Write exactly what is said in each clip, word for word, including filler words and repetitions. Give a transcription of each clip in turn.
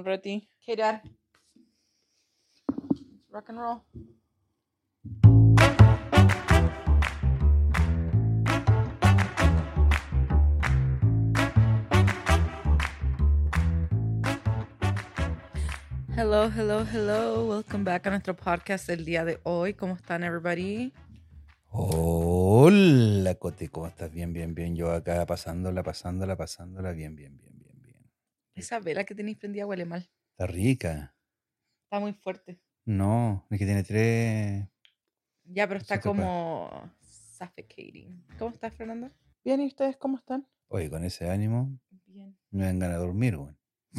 ready. Okay, Dad. Rock and roll. Hello, hello, hello. Welcome back a nuestro podcast del día de hoy. ¿Cómo están, everybody? Hola, Cote, ¿cómo estás? Bien, bien, bien. Yo acá pasándola, pasándola, pasándola. Bien, bien, bien, bien, bien. Esa vela que tenéis prendida huele mal. Está rica. Está muy fuerte. No, es que tiene tres... Ya, pero está Cosita pa- como suffocating. ¿Cómo estás, Fernando? Bien, ¿y ustedes cómo están? Oye, con ese ánimo Bien. me dan ganas de dormir, güey.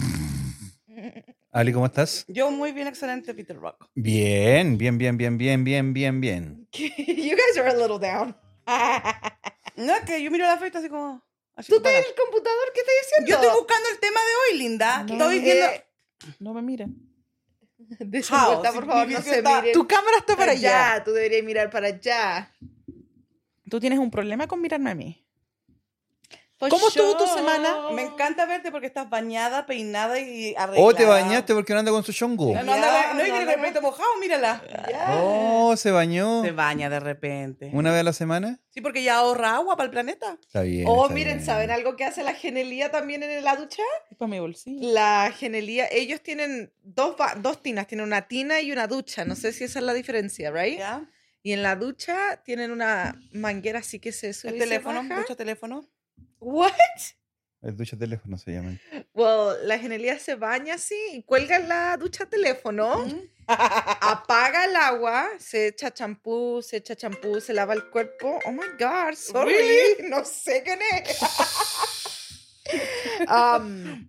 Ali, ¿cómo estás? Yo muy bien, excelente, Peter Rock. Bien, bien, bien, bien, bien, bien, bien, bien. You guys are a little down. No, es que yo miro la fecha así como... Así ¿Tú como estás en para- el computador? ¿Qué estás diciendo? Yo estoy buscando el tema de hoy, Linda. No, Estoy viendo... eh, No me miren. De How? vuelta, Si por favor, mi no vicio se está- miren. Tu cámara está para allá. Tú deberías mirar para allá. Tú tienes un problema con mirarme a mí. For ¿Cómo estuvo tu sure. semana? Me encanta verte porque estás bañada, peinada y arreglada. Oh, te bañaste porque no anda con su chongo. No, no, Ya, anda- no, y no, tiene el no. pelo mojado, mírala. Oh, se bañó. Se baña de repente. ¿Una vez a la semana? Sí, porque ya ahorra agua para el planeta. Está bien. Oh, está miren, bien. ¿saben algo que hace la Genelía también en la ducha? Es para mi bolsillo. La Genelía, ellos tienen dos, ba- dos tinas, tienen una tina y una ducha. No sé si esa es la diferencia, ¿right? ¿Ya? Y en la ducha tienen una manguera así que se sube El y se teléfono, baja. mucho teléfono. What? El ducha teléfono se llama. Well, la Genelía se baña así y cuelga en la ducha teléfono, Mm. apaga el agua, se echa champú, se echa champú, se lava el cuerpo. Oh my God, sorry, Really? no sé quién es. Um,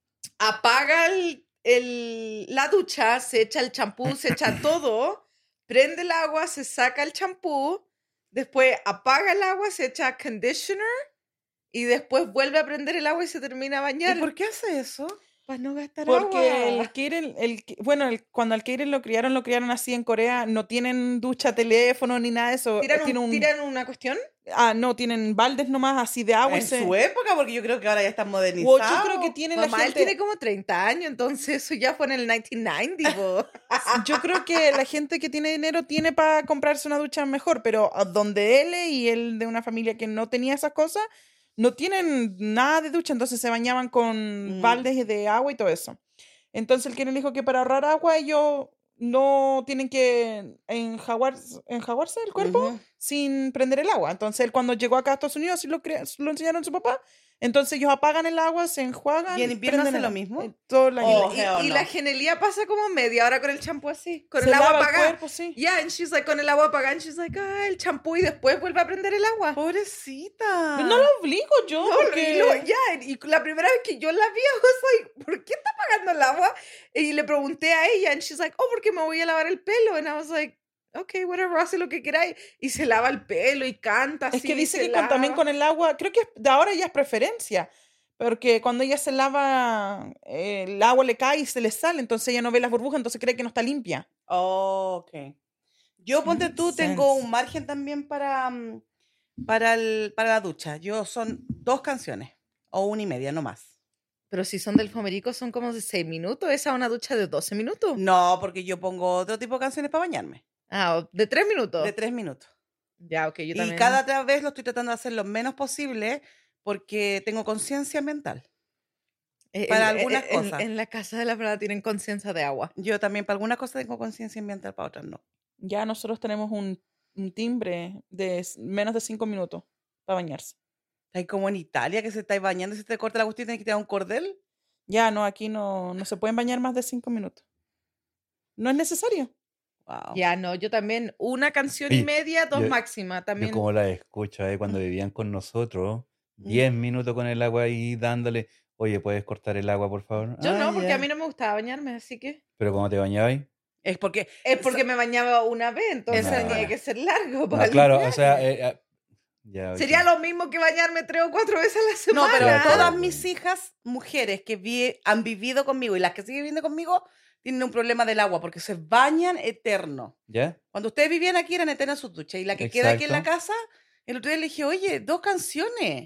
apaga el, el- la ducha, se echa el champú, se echa todo, prende el agua, se saca el champú, después apaga el agua, se echa conditioner y después vuelve a prender el agua y se termina a bañar. ¿Y por qué hace eso? Para no gastar Porque agua. el Keiren, el, bueno, el- cuando al Keiren lo criaron, lo criaron así en Corea, no tienen ducha, teléfono ni nada de eso. ¿Tiran, Tienen un- un- tiran una cuestión? Ah, no, tienen baldes nomás así de agua. y En se- su época, porque yo creo que ahora ya están O modernizados. yo creo que tienen la Mamá, él gente... tiene como treinta años, entonces eso ya fue en el mil novecientos noventa, po. Yo creo que la gente que tiene dinero tiene para comprarse una ducha mejor, pero a donde él y él de una familia que no tenía esas cosas, no tienen nada de ducha, entonces se bañaban con Mm. baldes de agua y todo eso. Entonces el que le dijo que para ahorrar agua ellos no tienen que enjaguarse, enjaguarse el cuerpo Ujú. sin prender el agua. Entonces él cuando llegó acá a Estados Unidos, así lo, cre- lo enseñaron a su papá, entonces ellos apagan el agua, se enjuagan. ¿Y en invierno prenden hace el lo agua. mismo? Eh, todo el año. Oh, y, hell y no. la Genelía pasa como media hora con el champú así, con Se el agua lava el apagada. cuerpo, sí. Yeah, and she's like, con el agua apagada, and she's like, ah, el champú, y después vuelve a prender el agua. Pobrecita. Pero no lo obligo yo, No, porque... y, luego, ya, y la primera vez que yo la vi, I was like, ¿por qué está apagando el agua? Y le pregunté a ella, and she's like, oh, porque me voy a lavar el pelo. And I was like, okay, whatever, hace lo que queráis. Y se lava el pelo y canta Es así, que dice se que con- también lava. con el agua, creo que es- de ahora ya es preferencia, porque cuando ella se lava, eh, el agua le cae y se le sale, entonces ella no ve las burbujas, entonces cree que no está limpia. Oh, ok. Yo, ponte tú, Makes tengo sense. un margen también para, mm, para, el, para la ducha. Yo son dos canciones o una y media, no más. Pero si son del Fomerico, son como de seis minutos. Esa es una ducha de doce minutos. No, porque yo pongo otro tipo de canciones para bañarme. Ah, o- de tres minutos. De tres minutos. Ya, ok, yo Y también. cada otra vez lo estoy tratando de hacer lo menos posible porque tengo conciencia mental. Eh, para en- algunas en- en- cosas. En la casa de la Prada tienen conciencia de agua. Yo también para algunas cosas tengo conciencia ambiental, para otras no. Ya nosotros tenemos un, un timbre de s- menos de cinco minutos para bañarse. Hay como en Italia que se está bañando y se te corta la cuestión y tienes que tirar un cordel. Ya, no, aquí no, no se pueden bañar más de cinco minutos. No es necesario. Wow. Ya, no, yo también una canción Oye, y media, dos yo- máxima. También. Yo como la escucho ahí cuando vivían con nosotros, diez minutos con el agua ahí dándole, oye, ¿puedes cortar el agua, por favor? Yo "Ah, no, porque ya". a mí no me gustaba bañarme, así que. Pero como te bañabas. Es porque Es porque me bañaba una vez, entonces No. tenía que ser largo. No, para claro, o limpiarme. sea, eh, ah, ya, ok. Sería lo mismo que bañarme tres o cuatro veces a la no, semana. pero Claro, todas claro. mis hijas, mujeres que vi- han vivido conmigo y las que siguen viviendo conmigo, tienen un problema del agua porque se bañan eterno. ¿Ya? Cuando ustedes vivían aquí eran eternas sus duchas y la que queda aquí en la Exacto. casa, el otro día le dije, oye, dos canciones.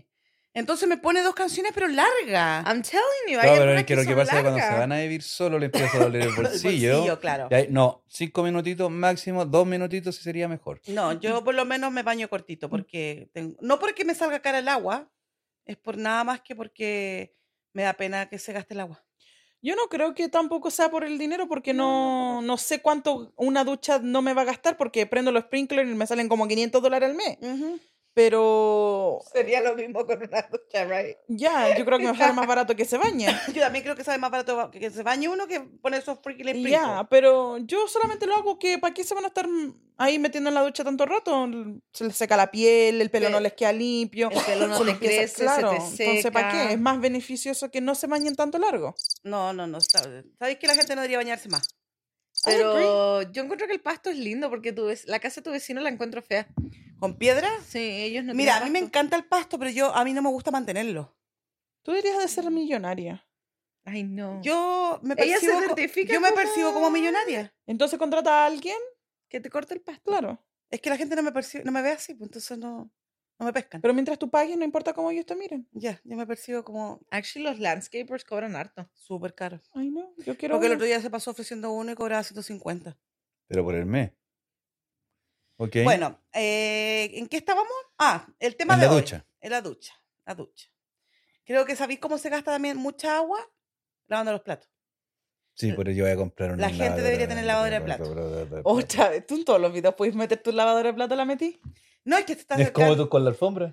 Entonces me pone dos canciones, pero largas. I'm telling you, No, hay pero algunas es que lo que son pasa es que cuando se largas. van a vivir solo le empieza a doler el El bolsillo. bolsillo, claro. Y ahí- no, cinco minutitos máximo, dos minutitos sí sería mejor. No, yo por lo menos me baño cortito, porque tengo, no porque me salga cara el agua, es por nada más que porque me da pena que se gaste el agua. Yo no creo que tampoco sea por el dinero, porque No, no, no sé cuánto una ducha no me va a gastar, porque prendo los sprinklers y me salen como quinientos dólares al mes. Ujú. Pero Sería lo mismo con una ducha, right? ya, yo creo que me sale más barato que se bañe. Yo también creo que sale más barato que que se bañe uno que poner esos freaky Y ya, pero yo solamente lo hago que ¿para qué se van a estar ahí metiendo en la ducha tanto rato? Se les seca la piel, el pelo Pe- no les queda limpio. El pelo no su te limpieza- crece, claro, se te entonces ¿para qué? seca. Es más beneficioso que no se bañen tanto largo. No, no, no. está- ¿Sabéis que la gente no debería bañarse más? I agree. Pero yo encuentro que el pasto es lindo porque tu vec- la casa de tu vecino la encuentro fea. ¿Con piedra? Sí, ellos no Mira, a tienen mí me pasto. encanta el pasto, pero yo a mí no me gusta mantenerlo. Tú deberías de ser millonaria. Ay, no. Yo me Ella se percibo, co- identifica yo me como- percibo como millonaria. Entonces contrata a alguien, Que te corte el pasto. claro. Es que la gente no me percibe, no me ve así, pues entonces no, no me pescan. Pero mientras tú pagues, no importa cómo ellos te miren. Ya, yo me percibo como Actually, los landscapers cobran harto. súper caro. Ay, no, yo quiero. Porque el uno. otro día se pasó ofreciendo uno y cobraba ciento cincuenta. Pero por el mes. Ok. Bueno, eh, ¿en qué estábamos? Ah, el tema En de la hoy. ducha. En la ducha. La ducha. Creo que sabéis cómo se gasta también mucha agua lavando los platos. Sí, pero yo voy a comprar una La gente debería tener lavadora de plato. Otra vez, tú en todos los videos puedes meter tu lavadora de plato, la metí. No, es que se está Es como acercando. tú con la alfombra.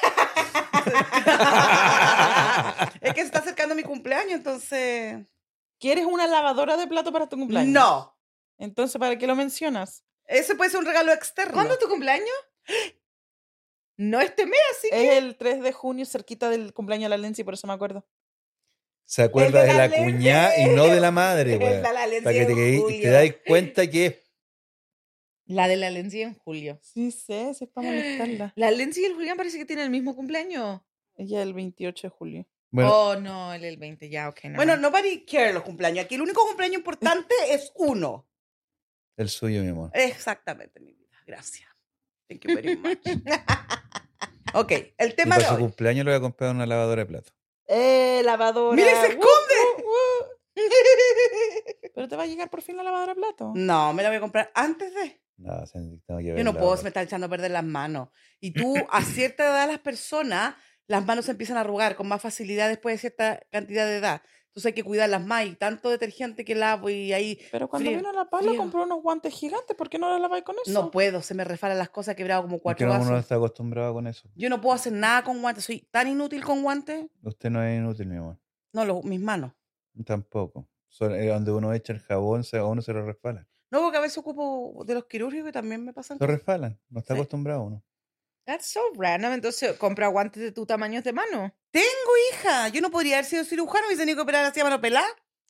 Es que se está acercando mi cumpleaños, entonces. ¿Quieres una lavadora de plato para tu cumpleaños? No. Entonces, ¿para qué lo mencionas? Ese puede ser un regalo externo. ¿Cuándo es tu cumpleaños? No este mes, así que. Es el tres de junio, cerquita del cumpleaños de la Lenzi, por eso me acuerdo. Se acuerda El de de la la cuñada y no de la madre, El weón. de la Lenzi Para que te, en quede- julio. te dais cuenta que es. La de la Lenzi en julio. Sí, sé, sí, es para molestarla. La Lenzi y el Julián parece que tienen el mismo cumpleaños. Ella el veintiocho de julio. Bueno, Oh, no, el el veinte, ya, ok. no. Bueno, nobody care los cumpleaños. Aquí el único cumpleaños importante es uno. el suyo, mi amor. Exactamente, mi vida. Gracias. Thank you very much. Ok, el Y tema para de su hoy. cumpleaños le voy a comprar una lavadora de plato. ¡Eh, lavadora! ¡Mira, y se ¡Woo, esconde! woo, woo! Pero te va a llegar por fin la lavadora de plato. No, me la voy a comprar antes de. No, se- tengo que Yo ver no la puedo, hora. se me están echando a perder las manos. Y tú, a cierta edad, las personas, las manos se empiezan a arrugar con más facilidad después de cierta cantidad de edad. Entonces hay que cuidarlas más. Y tanto detergente que lavo y ahí. Pero cuando frío, vino la Pablo frío. compró unos guantes gigantes, ¿por qué no la laváis con eso? No puedo, se me resbalan las cosas, he quebrado como Porque cuatro no, uno no vasos. está acostumbrado con eso. Yo no puedo hacer nada con guantes, soy tan inútil con guantes. Usted no es inútil, mi amor. No, lo- mis manos. Tampoco. Son- eh, donde uno echa el jabón, se, a uno se lo resbala. No, porque a veces ocupo de los quirúrgicos y también me pasan Se cosas. resbalan. No está Sí. acostumbrado uno. That's so random. Entonces, compra guantes de tu tamaño de mano. Tengo hija, yo no podría haber sido cirujano, hubiese tenido que operar así a mano pelada.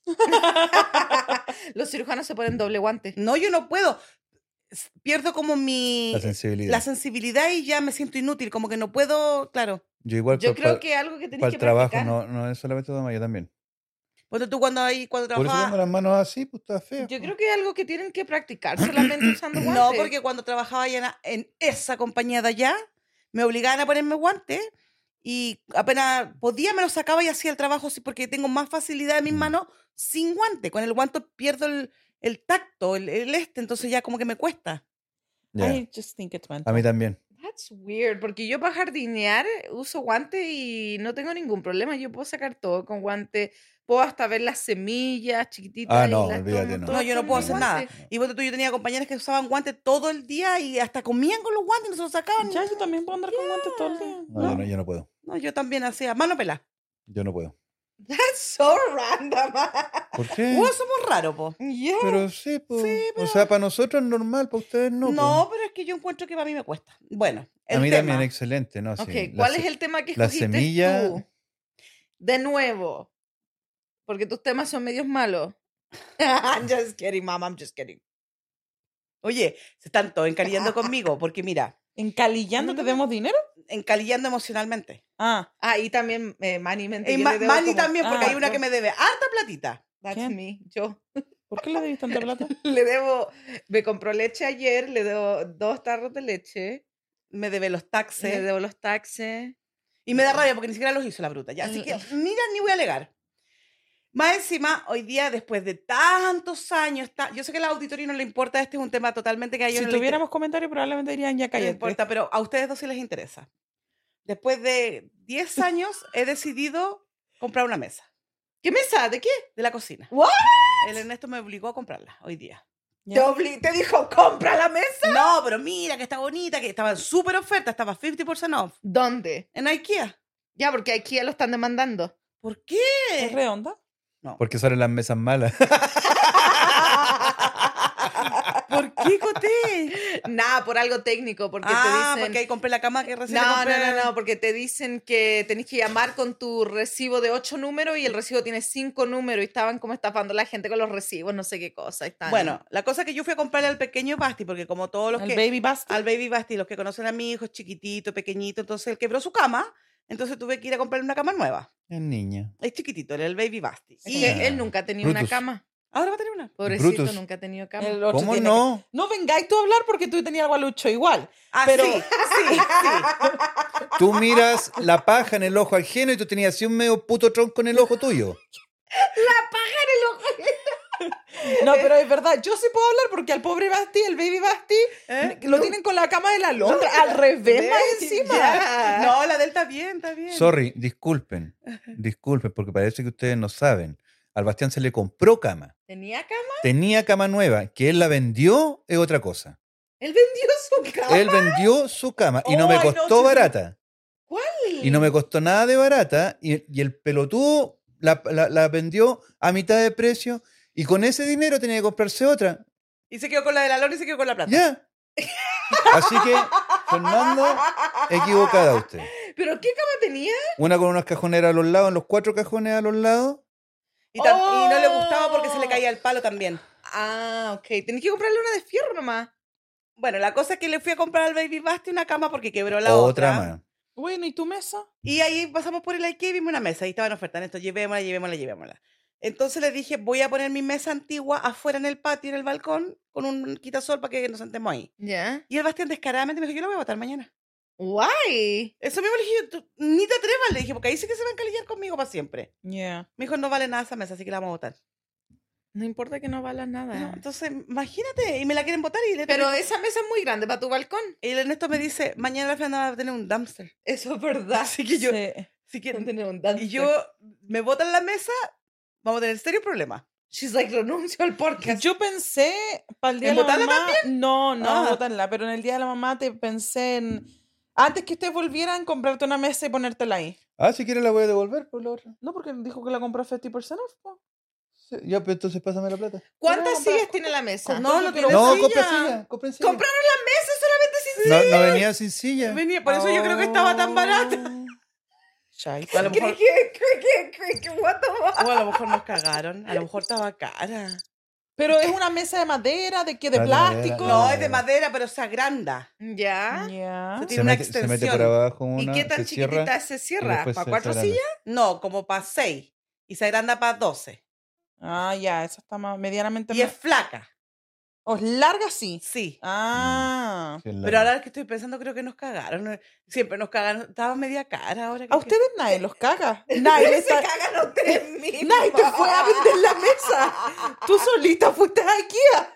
Los cirujanos se ponen doble guante. No, yo no puedo. S- Pierdo como mi... La sensibilidad. la sensibilidad y ya me siento inútil, como que no puedo, claro. Yo igual Yo pa- creo pa- que algo que tenés para que el trabajo practicar. no, no es solamente toma, yo también. Porque tú cuando ahí, cuando Por eso tengo trabajaba... las manos así, pues está feo. Yo creo que es algo que tienen que practicar solamente usando guantes. No, porque cuando trabajaba ya en, a- en esa compañía de allá, me obligaban a ponerme guantes y apenas podía me los sacaba y hacía el trabajo así porque tengo más facilidad en mis Mm. manos sin guante. Con el guante pierdo el, el tacto, el, el este, entonces ya como que me cuesta. Ya. I just think it's A mental. mí también. That's weird, porque yo para jardinear uso guantes y no tengo ningún problema. Yo puedo sacar todo con guantes. Puedo hasta ver las semillas chiquititas. Ah, y no, las olvídate, tomo no. todas No, yo no con puedo mi hacer nada. guante. Y bueno, tú, yo tenía compañeras que usaban guantes todo el día y hasta comían con los guantes y no se los sacaban. Ya, yo también puedo andar con guantes todo el día. No, Yo, no, yo no puedo. No, yo también hacía mano pelada. Yo no puedo. That's so random. ¿Por qué? Uh, somos raros, po. Yeah. Pero sí, pues. Sí, O sea, para nosotros es normal, para ustedes no. No, pues. pero es que yo encuentro que para mí me cuesta. Bueno, A el mí tema. también excelente, ¿no? Sí, Ok, la ¿cuál se- es el tema que la escogiste semilla- tú? De nuevo. Porque tus temas son medios malos. I'm just kidding, mom, I'm just kidding. Oye, se están todos encalillando conmigo, porque mira, ¿Encalillando te demos dinero? encalillando emocionalmente. Ah, Ah, y también eh, Manny Mente. Y yo Ma- le debo Manny como- también, porque Ah, hay una yo- que me debe harta platita. That's ¿Quién? me, yo. ¿por qué le debís tanta plata? Le debo, me compró leche ayer, le debo dos tarros de leche, Me debe los le taxes. debo los taxes. Y me da rabia porque ni siquiera los hizo la bruta. Ya, así que, mira, ni voy a alegar. Más encima, hoy día, después de tantos años, ta- yo sé que al auditorio no le importa, este es un tema totalmente que a ellos Si no les tuviéramos comentarios, probablemente dirían ya no les cállate. importa, pero a ustedes dos sí les interesa. Después de diez años, he decidido comprar una mesa ¿Qué mesa? ¿De qué? de la cocina. ¿What? El Ernesto me obligó a comprarla hoy día. ¿Te, ¿Ya? obli- te dijo, compra la mesa? No, pero mira que está bonita, que estaba en súper oferta, estaba cincuenta por ciento off. ¿Dónde? En IKEA. Ya, porque aquí ya lo están demandando. ¿Por qué? ¿Es redonda? No. Porque son las mesas malas. ¿Por qué, Coté? Nada, por algo técnico, porque ah, te dicen... porque ahí compré la cama que recién le No, no, compré. no, no, porque te dicen que tenés que llamar con tu recibo de ocho números y el recibo tiene cinco números y estaban como estafando a la gente con los recibos, no sé qué cosa. Están... Bueno, la cosa es que yo fui a comprarle al pequeño Basti, porque como todos los El que... baby bust. Al baby Basti, los que conocen a mi hijo, es chiquitito, pequeñito, entonces él quebró su cama, entonces tuve que ir a comprarle una cama nueva. Es niña. Es chiquitito, él es el baby Basti. Es Y que Ah, él nunca ha tenido una Brutus. cama. ahora va a tener una. Pobrecito, Brutus. nunca ha tenido cama. El otro ¿Cómo tiene no? que- No vengáis tú a hablar porque tú tenías algo a Lucho igual. Ah, Pero- sí, sí, sí. Tú miras la paja en el ojo ajeno y tú tenías así un medio puto tronco en el ojo tuyo. No, pero es verdad, yo sí puedo hablar porque al pobre Basti, el baby Basti, ¿Eh? lo tienen con la cama de la Londra, al revés más encima. Ya. No, la de él está bien, está bien. Sorry, disculpen. Disculpen, porque parece que ustedes no saben. Al Bastián se le compró cama. ¿Tenía cama? Tenía cama nueva. Que él la vendió es otra cosa. Él vendió su cama. Él vendió su cama y no me Ay, no, costó sí, barata. ¿Cuál? Y no me costó nada de barata. Y, y el pelotudo la, la- la vendió a mitad de precio. Y con ese dinero tenía que comprarse otra. Y se quedó con la de la lona y se quedó con la plata. Ya. Así que, Fernando, equivocada usted. ¿Pero qué cama tenía? Una con unas cajoneras a los lados, en los cuatro cajones a los lados. Y, tam- y no le Oh. gustaba porque se le caía el palo también. Ah, ok. Tenés que comprarle una de fierro nomás. Bueno, la cosa es que le fui a comprar al Baby Basti una cama porque quebró la Otra otra. más. Bueno, ¿y tu mesa? Y ahí pasamos por el IKEA y vimos una mesa. Y estaba en oferta. Esto, llevémosla, llevémosla, llevémosla. Entonces le dije, voy a poner mi mesa antigua afuera en el patio, en el balcón, con un quitasol para que nos sentemos ahí. ¿Ya? Y el Bastián descaradamente me dijo, yo la voy a botar mañana. Guay. Eso mismo le dije, "Tú ni te atrevas", le dije, porque ahí sí que se va a encalillar conmigo para siempre. Yeah. Me dijo, no vale nada esa mesa, así que la vamos a botar. No importa que no valga nada. No, entonces, imagínate, y me la quieren botar y le Pero esa mesa es muy grande para tu balcón. Y el Ernesto me dice, mañana la Fernanda va a tener un dumpster. Eso es verdad. Así que yo, Sí. así que, Quiero tener un dumpster. y yo me botan la mesa, vamos a tener serio problema. She's like, renuncio al podcast. Yo pensé para el día ¿En de la botarla mamá. No, no, Ah. botarla, pero en el día de la mamá te pensé en. Antes que ustedes volvieran, comprarte una mesa y ponértela ahí. Ah, si quieres la voy a devolver por la otra. No, porque dijo que la compró a cincuenta por ciento off, po. Sí, ya, pues entonces pásame la plata. ¿Cuántas No, pero- sillas tiene la mesa? No, yo no quiero- tiene No, silla. compra silla. Compren silla. Compraron la mesa solamente sin No, silla. no venía sin silla. Venía, por eso yo creo que estaba tan barata. Chai. A lo ¿Qué, mejor, qué, qué, qué, qué, qué, what the fuck? o a lo mejor nos cagaron, a lo mejor estaba cara. Pero es una mesa de madera, de qué, de Ah, de madera, plástico. No, Ah. es de madera, pero se agranda. ¿Ya? Ya. Se Se tiene una mete, se mete por extensión. abajo una, ¿Y qué tan se cierra. chiquitita se y cierra? después ¿Para se- cuatro se agranda. sillas? No, como para seis. Y se agranda para doce. Ah, ya, esa está más medianamente. Y es más- flaca. ¿Os larga sí? Sí. Ah. Sí, es Pero larga. ahora que estoy pensando, creo que nos cagaron. Siempre nos cagaron. Estaba media cara ahora. que- A ustedes nadie los caga. Nadie Se está... cagan a ustedes mismos. Nadie te fue a vender la mesa. Tú solita fuiste a IKEA.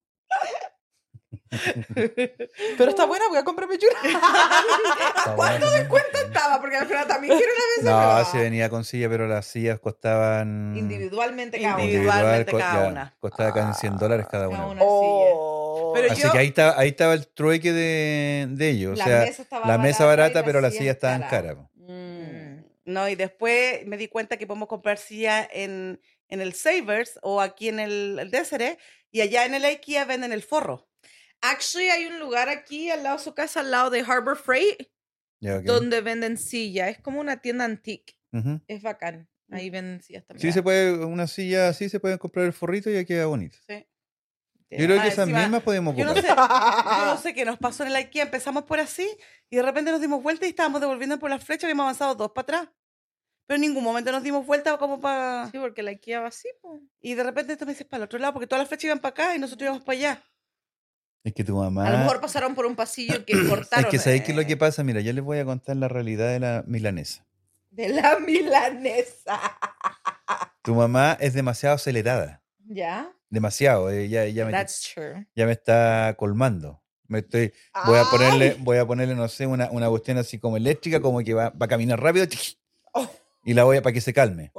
Pero está buena, voy a comprarme una. Está buena también. ¿Cuánto estaba? Porque al final también quiero una mesa. No, se venía con silla, pero las sillas costaban. Individualmente cada una. Individual. Individualmente co- cada ya, una. Costaba casi cien dólares cada Cada una. una Oh. Pero Así yo- que ahí estaba, ahí estaba el trueque de, de ellos. La o sea, mesa estaba la mesa barata y barata, la pero las silla sillas estaban cara. caras. po. Mm. No, y después me di cuenta que podemos comprar silla en, en el Savers o aquí en el, el Deseret. Y allá en el IKEA venden el forro. Actually, hay un lugar aquí al lado de su casa, al lado de Harbor Freight, Ya, ok. donde venden sillas. Es como una tienda antique. Ujú. Es bacán. Ahí venden sillas también. Sí, se puede, una silla así se puede comprar el forrito y ya queda bonito. Sí. Yo creo Ah, que esas encima, mismas podemos Yo no, ocupar. sé, yo no sé qué nos pasó en el IKEA. Empezamos por así y de repente nos dimos vuelta y estábamos devolviendo por las flechas. Habíamos avanzado dos para atrás. Pero en ningún momento nos dimos vuelta como para... Sí, porque la IKEA va así, po. Y de repente esto me dices para el otro lado porque todas las flechas iban para acá y nosotros íbamos para allá. Es que tu mamá... A lo mejor pasaron por un pasillo que cortaron. Es que ¿sabéis qué es lo que eh, pasa? Mira, yo les voy a contar la realidad de la milanesa. De la milanesa. Tu mamá es demasiado acelerada. ¿Ya? Demasiado. eh, ya, ya, me, That's true. ya me está colmando. Me estoy, voy a ponerle, voy a ponerle, no sé, una, una cuestión así como eléctrica, como que va, va a caminar rápido. Y la voy a para que se calme.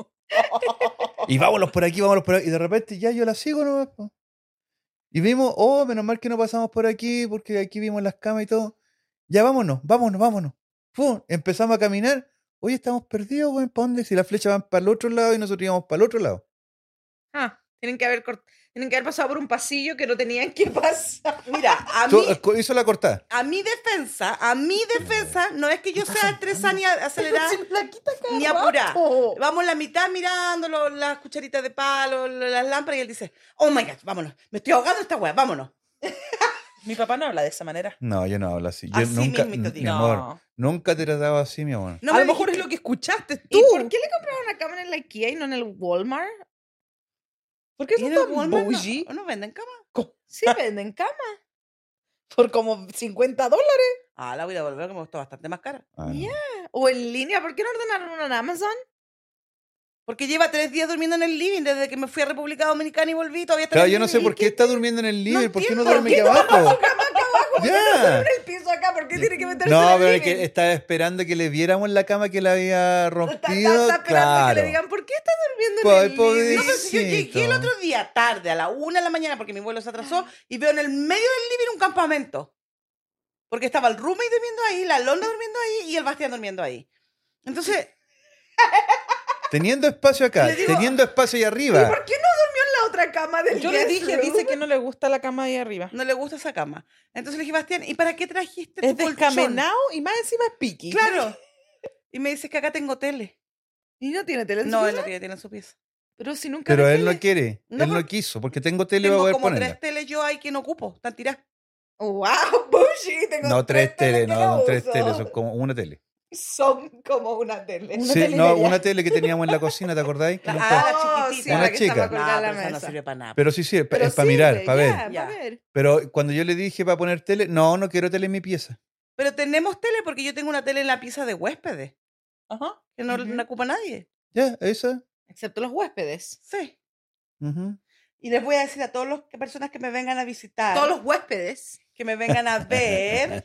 Y vámonos por aquí, vámonos por aquí. Y de repente ya yo la sigo nomás, po. Y vimos, oh, menos mal que no pasamos por aquí, porque aquí vimos las camas y todo. Ya vámonos, vámonos, vámonos. Pum, empezamos a caminar. Oye, estamos perdidos, güey, ¿para dónde? Si las flechas van para el otro lado y nosotros íbamos para el otro lado. Ah, tienen que haber cort- tienen que haber pasado por un pasillo que no tenían que pasar. Mira, a Tú, mí, eh, co- hizo la cortada. a mi defensa, a mi defensa, no es que yo sea estresada ni a- acelerada, Si me la quita cada ni apurada. rato. Vamos la mitad mirando lo- las cucharitas de palo, lo- las lámparas, y él dice, oh my God, vámonos, me estoy ahogando esta weá, vámonos. Mi papá no habla de esa manera. No, yo no hablo así. Yo Así nunca, mismito mi digo. amor, No. nunca te he tratado así, mi amor. No a me lo mejor dijiste- es lo que escuchaste ¿Y tú. por qué le compraron una cámara en la IKEA y no en el Walmart? ¿Por qué ¿Y son en el tan Walmart bougie? no, no venden cama? Sí, venden cama. Por como cincuenta dólares. Ah, la voy a volver, que me costó bastante más cara. Ah, no. Ya. O en línea, ¿por qué no ordenaron una en Amazon? Porque lleva tres días durmiendo en el living desde que me fui a República Dominicana y volví, todavía está Claro, en el yo no sé living. por qué está durmiendo en el living, ¿por qué no entiendo, duerme aquí ¿por qué abajo? Cama acá abajo, Ya. en el piso acá, ¿por qué tiene que meterse No, en el pero es living? que estaba esperando que le viéramos la cama que le había Está, está- rompido. está esperando Claro. que le digan, ¿por qué está durmiendo Ay, en el living? No, pero si yo llegué el Pobrecito. otro día tarde, a la una de la mañana, porque mi vuelo se atrasó, y veo en el medio del living un campamento. Porque estaba el roommate durmiendo ahí, la Lona durmiendo ahí y el Bastián durmiendo ahí. Entonces, Teniendo espacio acá, Le digo- teniendo espacio ahí ¿Y arriba. por qué no durmió en la otra cama del Yo le guest dije, room? dice que no le gusta la cama ahí arriba. no le gusta esa cama. Entonces le dije, Bastián, ¿y para qué trajiste Es tu colchón? descamenado y más encima es piqui. Claro. Y me dice que acá tengo tele. ¿Y no tiene tele en su No, él pieza? no tiene tele en su pieza. Pero si nunca Pero ve él no tele. quiere, No, él no por- quiso, porque tengo tele para Tengo poder como ponerla. tres teles yo ahí que no ocupo, están tiradas. ¡Wow! Bougie. Tengo No, tres teles, que no, no, tres uso. teles, son como una tele. Son como una tele. Una Sí, tele no, media. una tele que teníamos en la cocina, ¿te acordáis? Que La, no ah, está- la Oh, chiquitita. sí, Una la que chica. estaba colgada en la No, pero esa no mesa. sirve para nada. Pero sí, sí, es, pa- Pero es para mirar, sirve, para ver. ya, Ya. pa' ver. Pero cuando yo le dije para poner tele, no, no quiero tele en mi pieza. Pero tenemos tele porque yo tengo una tele en la pieza de huéspedes, Ajá. que no Ujú. la ocupa nadie. Ya, esa. Excepto los huéspedes. Sí. Ujú. Y les voy a decir a todas las personas que me vengan a visitar, Todos los huéspedes. que me vengan a ver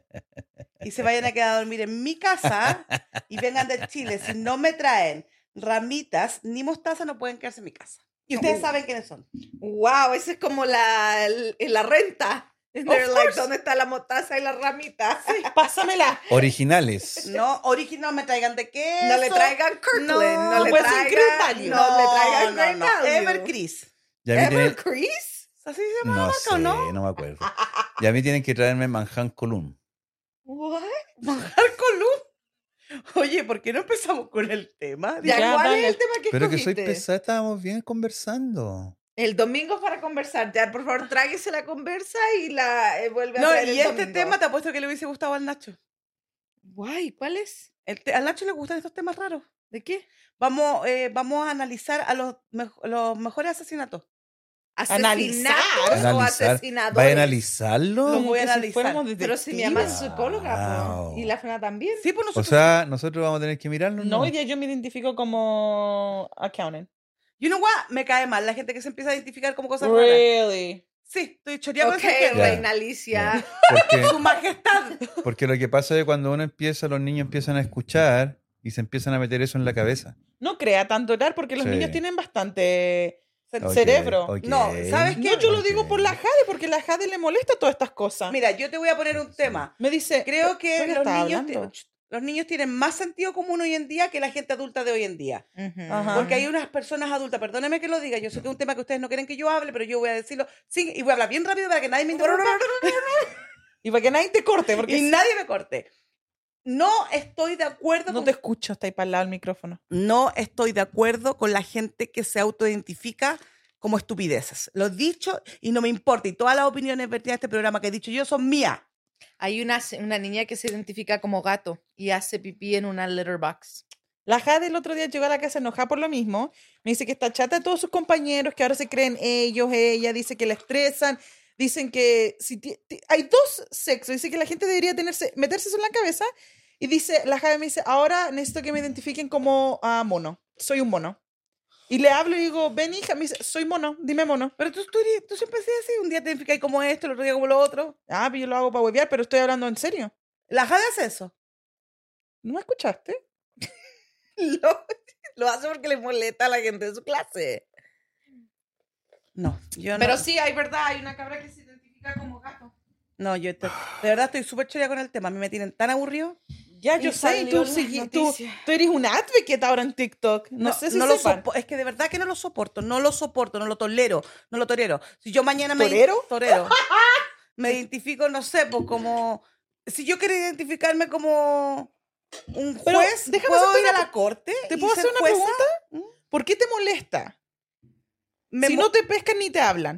y se vayan a quedar a dormir en mi casa y vengan de Chile, si no me traen ramitas ni mostaza, no pueden quedarse en mi casa. Y ustedes Uh. saben quiénes son. ¡Wow! Esa es como la, el- la renta. And Of they're like, course. ¿dónde está la mostaza y la ramita? Pásamela. Originales. No, original, no me traigan de queso. No le traigan Kirkland, no, No, le puede ser traigan, Great Value. no, le traigan no, Great no, Value. Evercris. Y a mí tienen- Evercris. ¿Así se llama la no marca sé, o no? no me acuerdo. Y a mí tienen que traerme Manhattan Column. What? Manjar Column. Oye, ¿por qué no empezamos con el tema? Ya, Ya, ¿cuál dale. es el tema que Pero que soy escogiste? pesada, estábamos bien conversando. El domingo para conversar. Ya, por favor, tráguese la conversa y la eh, vuelve a No, traer y el este domingo. tema te apuesto que le hubiese gustado al Nacho. Guay, ¿cuál es? El te- al Nacho le gustan estos temas raros. ¿De qué? Vamos, eh, vamos a analizar a los, mejo- los mejores asesinatos. ¿Asesinatos o Analizar. asesinadores? ¿Va a analizarlo? Lo Como voy a que si analizar. fuéramos Pero si mi mamá es detectives. psicóloga, po, Wow. y la Fena también. Sí, pues O nosotros. sea, nosotros vamos a tener que mirarlo. No, hoy día yo me identifico como accountant. you know what? Me cae mal la gente que se empieza a identificar como cosas raras. Really? Sí, estoy choreando Ok, ese género. Ya. Reina Alicia. Porque, Su majestad. porque lo que pasa es que cuando uno empieza, los niños empiezan a escuchar y se empiezan a meter eso en la cabeza. No crea tanto orar porque los Sí. niños tienen bastante Se- Ok, cerebro. ok. No, ¿sabes qué? No, yo lo Ok. digo por la Jade, porque la Jade le molesta todas estas cosas. Mira, yo te voy a poner un tema. Me dice, Creo que ¿de qué los estás niños, hablando? ti- los niños tienen más sentido común hoy en día que la gente adulta de hoy en día. Ajá. Porque hay unas personas adultas, perdóneme que lo diga, yo sé que es un tema que ustedes no quieren que yo hable, pero yo voy a decirlo. Sí, y voy a hablar bien rápido para que nadie me interrumpa Y para que nadie te corte, porque y si- nadie me corte. No estoy de acuerdo no con te escucho, está ahí para el lado del micrófono. no estoy de acuerdo con la gente que se autoidentifica como estupideces. Lo he dicho y no me importa. Y todas las opiniones vertidas en este programa que he dicho yo son mías. Hay una, se- una niña que se identifica como gato y hace pipí en una litter box. La Jade el otro día llegó a la casa enojada por lo mismo. Me dice que está chata de todos sus compañeros, que ahora se creen ellos, ella, dice que la estresan. dicen que si ti- ti- hay dos sexos, dice que la gente debería tenerse, meterse eso en la cabeza, y dice, la Javi me dice, ahora necesito que me identifiquen como ah, mono, soy un mono. Y le hablo y digo, ven hija, me dice, soy mono, dime mono. Pero tú, tú, eres- tú siempre haces así, un día te identificas como esto, el otro día como lo otro. Ah, pero yo lo hago para huevear, pero estoy hablando en serio. La Javi hace eso. ¿No me escuchaste? Lo, lo hace porque le molesta a la gente de su clase. No, yo no. Pero sí, hay verdad, hay una cabra que se identifica como gato. No, yo estoy- de verdad estoy súper chorida con el tema. A mí me tienen tan aburrido. Ya, Y yo sé, y tú, salió en las segui- tú, noticias. tú eres un advocate ahora en TikTok. No, sé si no lo sepan. sopo- es que de verdad que no lo soporto, no lo soporto, no lo tolero, no lo tolero. Si yo mañana me ¿Torero? torero, me identifico, no sé, pues como si yo quiero identificarme como un Pero juez, déjame puedo hacerte ir a una la corte. ¿Te y puedo ser hacer una jueza? pregunta? ¿Mm? ¿Por qué te molesta? Me si mo- no te pescan ni te hablan.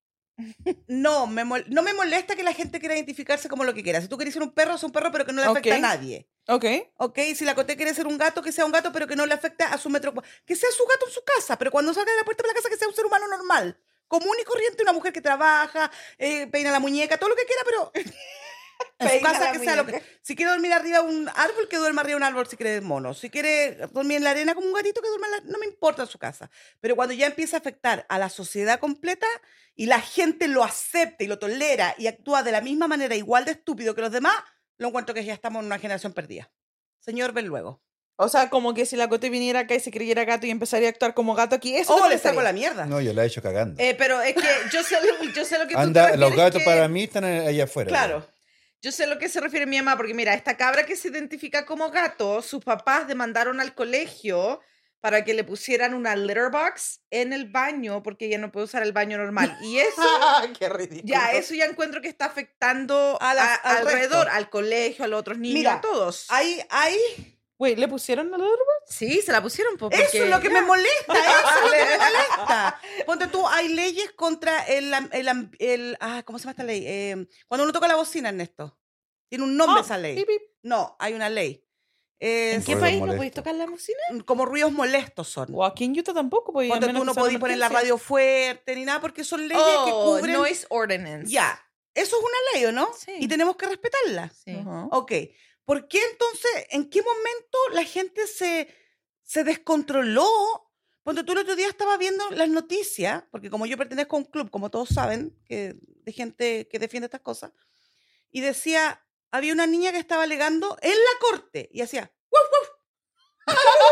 no, me mol- no me molesta que la gente quiera identificarse como lo que quiera. Si tú quieres ser un perro, es un perro, pero que no le afecta Ok. a nadie. Ok. Ok, si la Coté quiere ser un gato, que sea un gato, pero que no le afecte a su metro. Que sea su gato en su casa, pero cuando salga de la puerta de la casa, que sea un ser humano normal. Común y corriente, una mujer que trabaja, eh, peina la muñeca, todo lo que quiera, pero en su Peina casa la que sea lo que. muñeca. Si quiere dormir arriba de un árbol, que duerma arriba de un árbol si quiere mono. Si quiere dormir en la arena como un gatito, que duerma en la. No me importa su casa. Pero cuando ya empieza a afectar a la sociedad completa y la gente lo acepta y lo tolera y actúa de la misma manera, igual de estúpido que los demás, lo encuentro que ya estamos en una generación perdida. Señor, ven luego. O sea, como que si la Cote viniera acá y se creyera gato y empezaría a actuar como gato aquí, eso te Oh, le molestaría. saco la mierda. No, yo la he hecho cagando. Eh, pero es que yo sé, lo- yo sé lo que tú te Anda, los refieres gatos que- para mí están allá afuera. Claro. Yo sé lo que se refiere mi mamá, porque mira, esta cabra que se identifica como gato, sus papás demandaron al colegio para que le pusieran una litter box en el baño, porque ella no puede usar el baño normal. Y eso, Qué ridículo. ya, eso ya encuentro que está afectando A la- a- al alrededor, resto. al colegio, a los otros niños, Mira, a todos. Hay, hay. Güey, ¿le pusieron a la Sí, se la pusieron. po, Eso porque es lo que ya. me molesta, eso es lo que me molesta. Ponte tú, hay leyes contra el, am- el, am- el- ah, ¿cómo se llama esta ley? Eh, cuando uno toca la bocina, Ernesto. Tiene un nombre Ah, esa ley. pip, pip. No, hay una ley. Es- ¿En qué Ruido país no molesto. podéis tocar la bocina? como ruidos molestos son. O aquí en Utah tampoco, pues. Ponte tú, no podéis poner la radio fuerte ni nada porque son leyes que Oh, cubren. noise ordinance. Ya, eso es una ley, ¿o no? Sí. Y tenemos que respetarla. Sí. Ok, ¿por qué entonces, en qué momento la gente se, se descontroló? Ponte tú, el otro día estaba viendo las noticias, porque como yo pertenezco a un club, como todos saben, que, de gente que defiende estas cosas, y decía, había una niña que estaba alegando en la corte, y hacía, ¡wuf, wuf!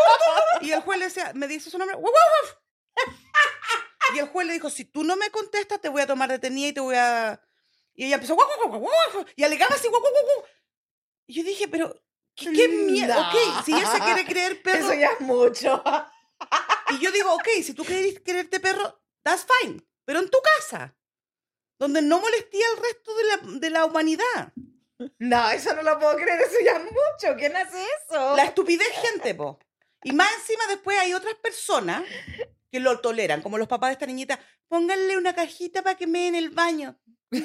Y el juez le decía, ¿me dice su nombre? ¡Wuf, wuf, wuf! Y el juez le dijo, si tú no me contestas, te voy a tomar detenida y te voy a... Y ella empezó, ¡wuf, wuf, wuf, wuf! Y alegaba así, ¡wuf, wuf, wuf, wuf! Y yo dije, pero, ¿qué, qué mierda? No. Ok, si ella se quiere creer perro... Eso ya es mucho. Y yo digo, ok, si tú querés quererte perro, that's fine. Pero en tu casa, donde no molestía al resto de la, de la humanidad. No, eso no lo puedo creer, eso ya es mucho. ¿Quién hace eso? La estupidez, gente, po. Y más encima después hay otras personas que lo toleran, como los papás de esta niñita. Pónganle una cajita para que me en el baño.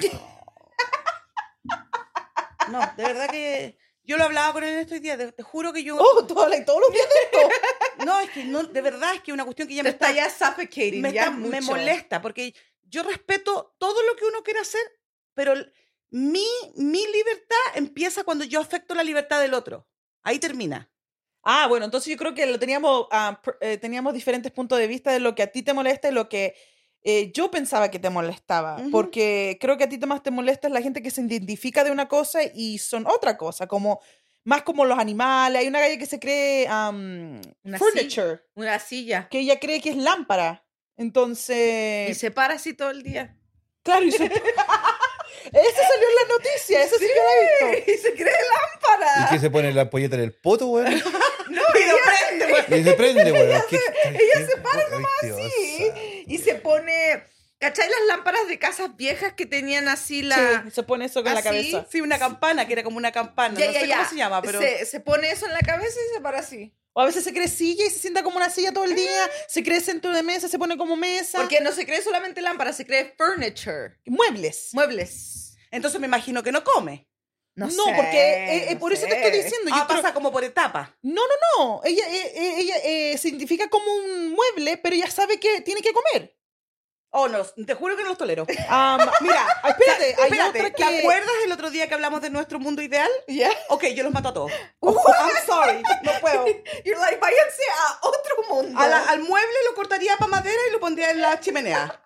No, de verdad que... Yo lo hablaba con él estos días, te, te juro que yo... Oh, todo- todos los días de esto. No, es que no, de verdad es que es una cuestión que ya Te me está... está ya suffocating, me, ya está- es me mucho. molesta, porque yo respeto todo lo que uno quiere hacer, pero el- mi, mi libertad empieza cuando yo afecto la libertad del otro. Ahí termina. Ah, bueno, entonces yo creo que lo teníamos, ah, pr- eh, teníamos diferentes puntos de vista de lo que a ti te molesta y lo que eh, yo pensaba que te molestaba. Ujú. Porque creo que a ti te más te molesta es la gente que se identifica de una cosa y son otra cosa, como más como los animales. Hay una galla que se cree um, Una furniture, Una silla. que ella cree que es lámpara. Entonces, Y se para así todo el día. claro, y se... Ese salió en la noticia, ese sí, que lo he visto. Y se cree lámpara. ¿Y qué se pone la ampolleta en el poto, weón? No, Y ella, lo prende, güey. Y se prende, weón. ¿Qué- ella se qué- para ay, Dios sí, santo. y se pone... ¿Cachai las lámparas de casas viejas que tenían así la... Sí, se pone eso con la ¿Así? cabeza. Sí, una campana, que era como una campana. Ya, no ya, sé ya. cómo se llama, pero... Se, se pone eso en la cabeza y se para así. O a veces se cree silla y se sienta como una silla todo el día, se cree centro de mesa, se pone como mesa. Porque no se cree solamente lámpara, se cree furniture. Muebles. Muebles. Entonces me imagino que no come. No, No, sé, porque eh, eh, no por eso te sé. estoy diciendo. Yo Ah, creo- pasa como por etapas. No, no, no. Ella, eh, eh, ella eh, se identifica como un mueble, pero ella sabe que tiene que comer. Oh, no, te juro que no los tolero. Um, mira, espérate, hay Espérate, otra ¿te que... acuerdas el otro día que hablamos de nuestro mundo ideal? Yeah. Ok, yo los mato a todos. I'm sorry, no puedo. You're like, váyanse a otro mundo. A la- al mueble lo cortaría para madera y lo pondría en la chimenea.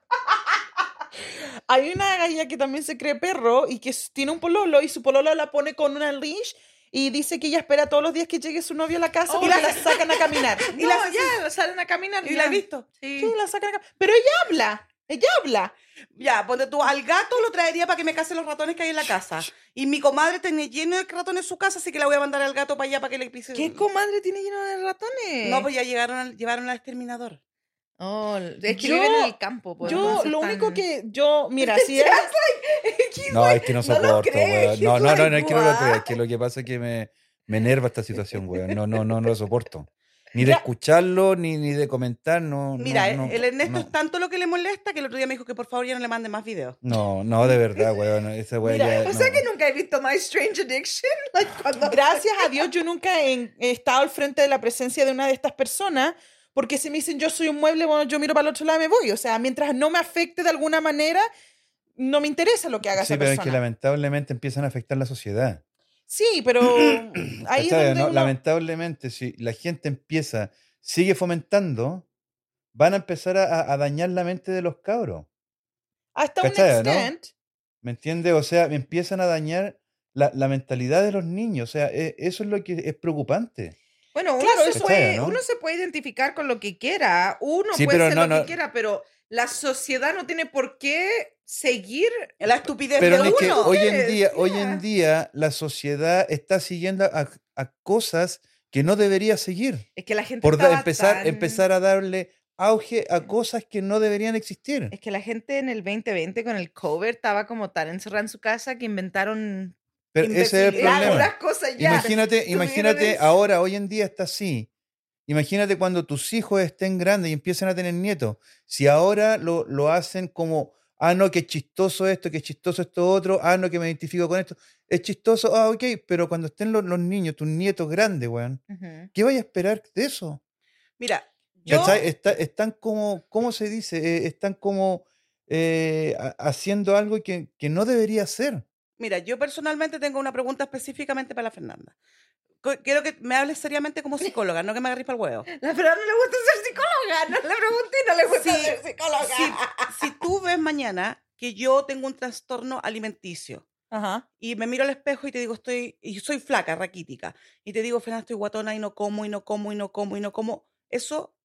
Hay una galla que también se cree perro y que s- tiene un pololo y su pololo la pone con una leash y dice que ella espera todos los días que llegue su novio a la casa Oh, porque y la sacan a caminar. No, y la- ya, salen a caminar. ¿Y ya. la has visto? Sí. Sí, la sacan a caminar. Pero ella habla, ella habla. Ya, ponte tú, al gato lo traería para que me case los ratones que hay en la casa. Y mi comadre tiene lleno de ratones en su casa, así que la voy a mandar al gato para allá para que le pise. ¿Qué comadre tiene lleno de ratones? No, pues ya llegaron al- llevaron al exterminador. Oh, es que Yo- viven en el campo. Pues, Yo entonces lo están- único que yo, mira, si es, No, es que no no lo soporto, cree, weón. he's No, no, no, like, no es que no lo what? crea, es que lo que pasa es que me, me enerva esta situación, weón. No, no, no, no lo soporto. Ni de Ya. escucharlo, ni, ni de comentar, no. Mira, no, no, el Ernesto no. es tanto lo que le molesta que el otro día me dijo que por favor ya no le mande más videos. No, no, de verdad, weón. Esa weón Mira, ya. O sea no. que nunca he visto My Strange Addiction. Like, cuando... gracias a Dios, yo nunca he, he estado al frente de la presencia de una de estas personas, porque si me dicen yo soy un mueble, bueno, yo miro para el otro lado y me voy. O sea, mientras no me afecte de alguna manera, no me interesa lo que haga Sí, esa pero es persona. que lamentablemente empiezan a afectar la sociedad. Sí, pero ahí es ¿Cachai, donde no? uno- Lamentablemente, si la gente empieza, sigue fomentando, van a empezar a, a- a dañar la mente de los cabros. hasta un ¿Cachai, no? extent, ¿Me entiendes? O sea, empiezan a dañar la, la mentalidad de los niños. O sea, e- eso es lo que es preocupante. Bueno, uno, Claro, se eso- puede, ¿Cachai, no? uno se puede identificar con lo que quiera, uno Sí, puede pero ser no, lo no. que quiera, pero la sociedad no tiene por qué seguir. La estupidez Pero de es que uno. hoy en es, día, hoy yeah. en día la sociedad está siguiendo a, a cosas que no debería seguir. Es que la gente Por da- estaba empezar, tan- empezar a darle auge a cosas que no deberían existir. Es que la gente en el veinte veinte con el COVID estaba como tan encerrada en su casa que inventaron Pero ese es el imbecilidades. problema. puras cosas ya. Imagínate, Tuvieron imagínate eso. ahora, hoy en día está así. Imagínate cuando tus hijos estén grandes y empiecen a tener nietos. Si ahora lo, lo hacen como, ah, no, qué chistoso esto, qué chistoso esto otro, ah, no, que me identifico con esto. Es chistoso, ah, ok, pero cuando estén los, los niños, tus nietos grandes, weón, Ujú. ¿qué vaya a esperar de eso? Mira, yo, ¿Cachai? Está- están como, ¿cómo se dice? Eh, están como eh, ha- haciendo algo que, que no debería ser. mira, yo personalmente tengo una pregunta específicamente para la Fernanda. Co- Quiero que me hables seriamente como psicóloga, no que me agarres para el huevo. La Fran no le gusta ser psicóloga, no le pregunté, no le gusta Sí, ser psicóloga. Si, si tú ves mañana que yo tengo un trastorno alimenticio ajá. y me miro al espejo y te digo, estoy, y soy flaca, raquítica, y te digo, Fernanda, estoy guatona y no como, y no como, y no como, y no como, ¿eso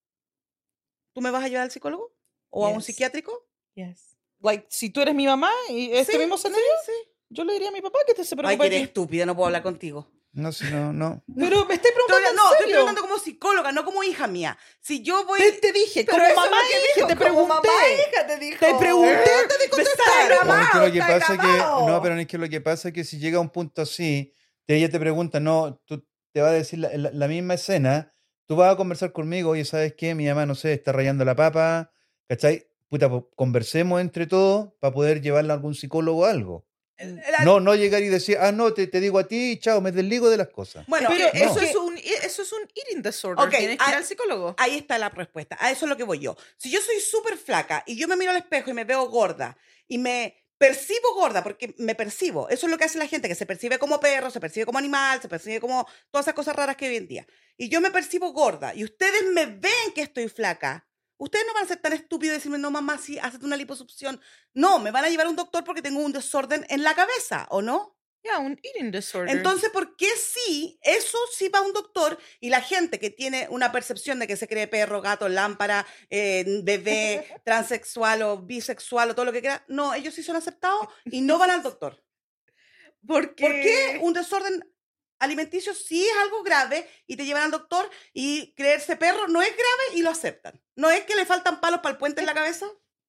tú me vas a llevar al psicólogo? ¿O a un Yes. psiquiátrico? Yes. Like, si tú eres mi mamá y este Sí, mismo escenario, sí. yo le diría a mi papá que te se Ay, preocupe que de eres ti. estúpida, no puedo hablar contigo. No, si no, no. Pero me estoy preguntando Estoy- en no, estoy serio. preguntando como psicóloga, no como hija mía. Si yo voy... Te, te dije, Pero como eso mamá es lo que hija, dijo, te como pregunté. mamá hija te dijo. Te pregunté antes de Me contestar. está No, es que grabado, lo que está pasa que, grabado. no, pero es que lo que pasa es que si llega a un punto así, te, ella te pregunta, no, tú te va a decir la, la- la misma escena, tú vas a conversar conmigo, oye, ¿sabes qué? Mi mamá, no sé, está rayando la papa, ¿cachai? Puta, pues, conversemos entre todos para poder llevarla a algún psicólogo o algo. La- No, no llegar y decir, ah, no, te, te digo a ti, chao, me desligo de las cosas. Bueno, Pero que- eso, que- es un, eso es un eating disorder. Ok, Tienes que ir ah, al psicólogo. Ahí está la respuesta. A eso es lo que voy yo. Si yo soy súper flaca y yo me miro al espejo y me veo gorda y me percibo gorda porque me percibo, eso es lo que hace la gente, que se percibe como perro, se percibe como animal, se percibe como todas esas cosas raras que hay hoy en día. Y yo me percibo gorda y ustedes me ven que estoy flaca. Ustedes no van a ser tan estúpidos y decirme, no, mamá, sí, hazte una liposucción. No, me van a llevar a un doctor porque tengo un desorden en la cabeza, ¿o no? Ya, un eating disorder. Entonces, ¿por qué sí? Eso sí va a un doctor y la gente que tiene una percepción de que se cree perro, gato, lámpara, eh, bebé, transexual o bisexual o todo lo que quiera, no, ellos sí son aceptados y no van al doctor. Porque... ¿Por qué un desorden alimenticio sí es algo grave y te llevan al doctor y creerse perro no es grave y lo aceptan? ¿No es que le faltan palos para el puente en la cabeza?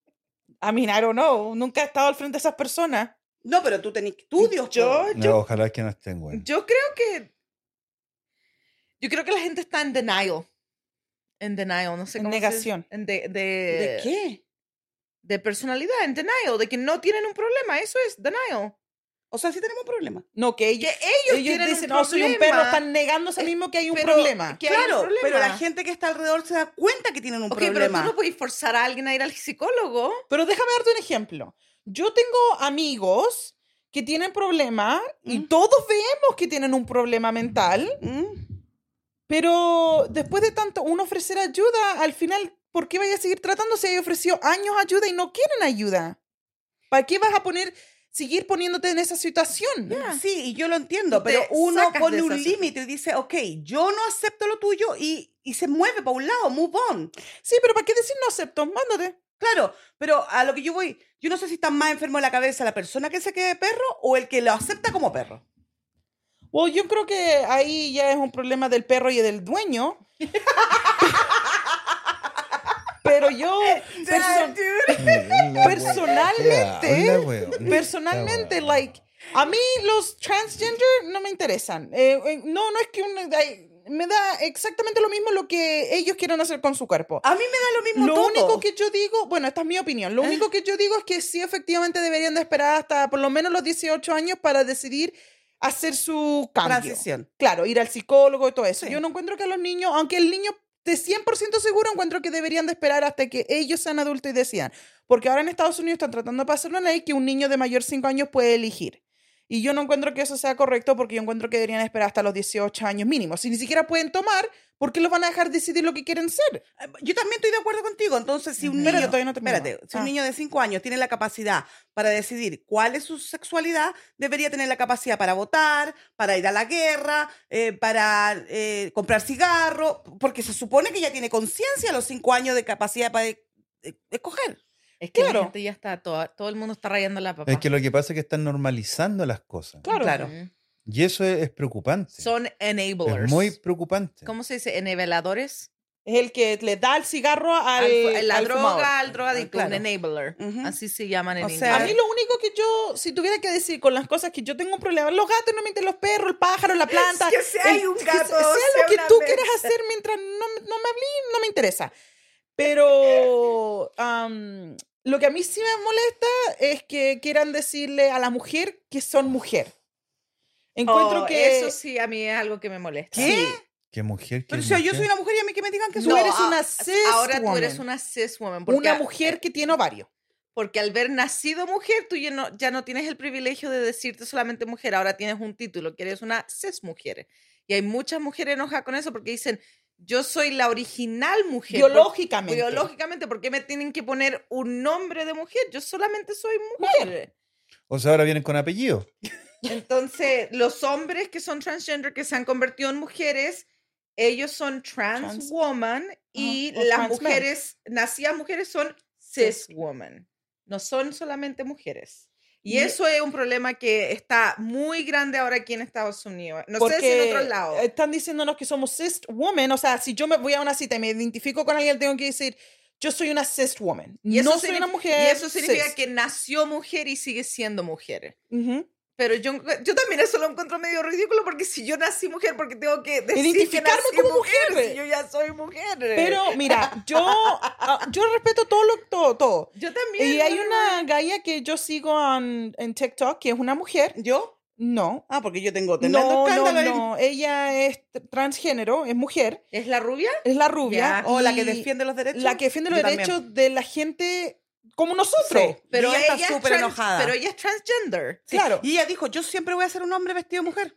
I mean, I don't know. Nunca he estado al frente de esas personas. No, pero tú tenés estudios. Yo, po. No, yo, ojalá que no estén, güey. yo creo que... Yo creo que la gente está en denial. En denial, no sé En cómo se- negación. en de, de, ¿De qué? De personalidad, en denial, de que no tienen un problema. Eso es denial. O sea, sí tenemos un problema. No, que ellos, Que ellos, ellos tienen dicen, un no, soy un problema. perro, están negándose a mismo que hay un Pero problema. que hay un Claro, problema. pero la gente que está alrededor se da cuenta que tienen un Ok, pero problema. tú no puedes forzar a alguien a ir al psicólogo. Pero déjame darte un ejemplo. Yo tengo amigos que tienen problemas y ¿Mm? todos vemos que tienen un problema mental, ¿Mm? pero después de tanto uno ofrecer ayuda, al final, ¿por qué vaya a seguir tratándose? Hay ofrecido años ayuda y no quieren ayuda. ¿Para qué vas a poner, seguir poniéndote en esa situación? Sí, y yo lo entiendo, Tú te pero uno sacas pone de un esa límite y dice, ok, yo no acepto lo tuyo y, y se mueve para un lado, move on. Sí, pero ¿para qué decir no acepto? Mándate. Claro, pero a lo que yo voy, yo no sé si está más enfermo de la cabeza la persona que se quede perro o el que lo acepta como perro. Well, yo creo que ahí ya es un problema del perro y del dueño. Pero yo, perso- personalmente, personalmente, like, a mí los transgender no me interesan. Eh, eh, no, no es que un, ay, me da exactamente lo mismo lo que ellos quieran hacer con su cuerpo. A mí me da lo mismo Lo todo. único que yo digo, bueno, esta es mi opinión, lo único que yo digo es que sí efectivamente deberían de esperar hasta por lo menos los dieciocho años para decidir hacer su cambio. Transición. Claro, ir al psicólogo y todo eso. Sí. Yo no encuentro que a los niños, aunque el niño de cien por ciento seguro, encuentro que deberían de esperar hasta que ellos sean adultos y decidan. Porque ahora en Estados Unidos están tratando de pasar una ley que un niño de mayor cinco años puede elegir. Y yo no encuentro que eso sea correcto porque yo encuentro que deberían esperar hasta los dieciocho años mínimo. Si ni siquiera pueden tomar, ¿por qué los van a dejar decidir lo que quieren ser? Yo también estoy de acuerdo contigo. Entonces, si un Ujú. niño, Espérate, todavía no termino. espérate, si un Ah. niño de cinco años tiene la capacidad para decidir cuál es su sexualidad, debería tener la capacidad para votar, para ir a la guerra, eh, para eh, comprar cigarros, porque se supone que ya tiene conciencia a los cinco años de capacidad para eh, eh, escoger. Es que Claro. la gente ya está, toda, todo el mundo está rayando la papa. Es que lo que pasa es que están normalizando las cosas. Claro. Claro. Ujú. Y eso es, es preocupante. Son enablers. Es muy preocupante. ¿Cómo se dice? Enabeladores. Es el que le da el cigarro al, Al fu- la al droga, fumador. al drogadicto, Claro. un enabler. Ujú. Así se llaman en O inglés. sea, A mí lo único que yo, si tuviera que decir con las cosas que yo tengo un problema, los gatos no me interesan, los perros, el pájaro, la planta. que sea hay un que gato, sea, sea sea lo que una tú mesa. quieras hacer mientras no, no me hablé, no me interesa. Pero am, lo que a mí sí me molesta es que quieran decirle a la mujer que son mujer. Encuentro Oh, que eso sí a mí es algo que me molesta. ¿Qué? Sí. ¿Qué mujer? ¿Qué Pero si yo mujer? soy una mujer y a mí que me digan que Tú soy... eres a- una cis Ahora tú eres woman. una cis woman. Porque, una mujer que tiene ovario. Porque al ver nacido mujer, tú ya no, ya no tienes el privilegio de decirte solamente mujer. Ahora tienes un título, que eres una cis mujer. Y hay muchas mujeres enojadas con eso porque dicen, yo soy la original mujer. ¿Por- Biológicamente. Biológicamente, ¿por qué me tienen que poner un nombre de mujer? Yo solamente soy mujer. O sea, ahora vienen con apellido. Entonces, los hombres que son transgender, que se han convertido en mujeres, ellos son trans, Trans- woman y Ajá, o las trans men. mujeres, nacidas mujeres, son cis woman. No son solamente mujeres. Y, Y- eso es un problema que está muy grande ahora aquí en Estados Unidos. No sé si Porque en otros lados. están diciéndonos que somos cis women. O sea, si yo me voy a una cita y me identifico con alguien, tengo que decir, yo soy una cis woman. Y eso no soy signifi- una mujer. Y eso significa cis. que nació mujer y sigue siendo mujer. Ujú. Pero yo, yo también eso lo encuentro medio ridículo porque si yo nací mujer, porque tengo que decir Identificarme que nací como mujer. si yo ya soy mujer. Pero mira, yo, ah, yo respeto todo lo todo. todo. Yo también. Y hay bueno. una galla que yo sigo en, en TikTok que es una mujer. ¿Yo? No. Ah, porque yo tengo tremendo No, no, escándalo ahí. no. Ella es t- transgénero, es mujer, ¿Es la rubia? es la rubia. Ya. O la que y defiende los derechos. La que defiende los Yo también. derechos de la gente como nosotros. Sí. Pero Y ella ella, está es súper trans- enojada. Pero ella es transgender. Sí, Claro. Y ella dijo, yo siempre voy a ser un hombre vestido de mujer.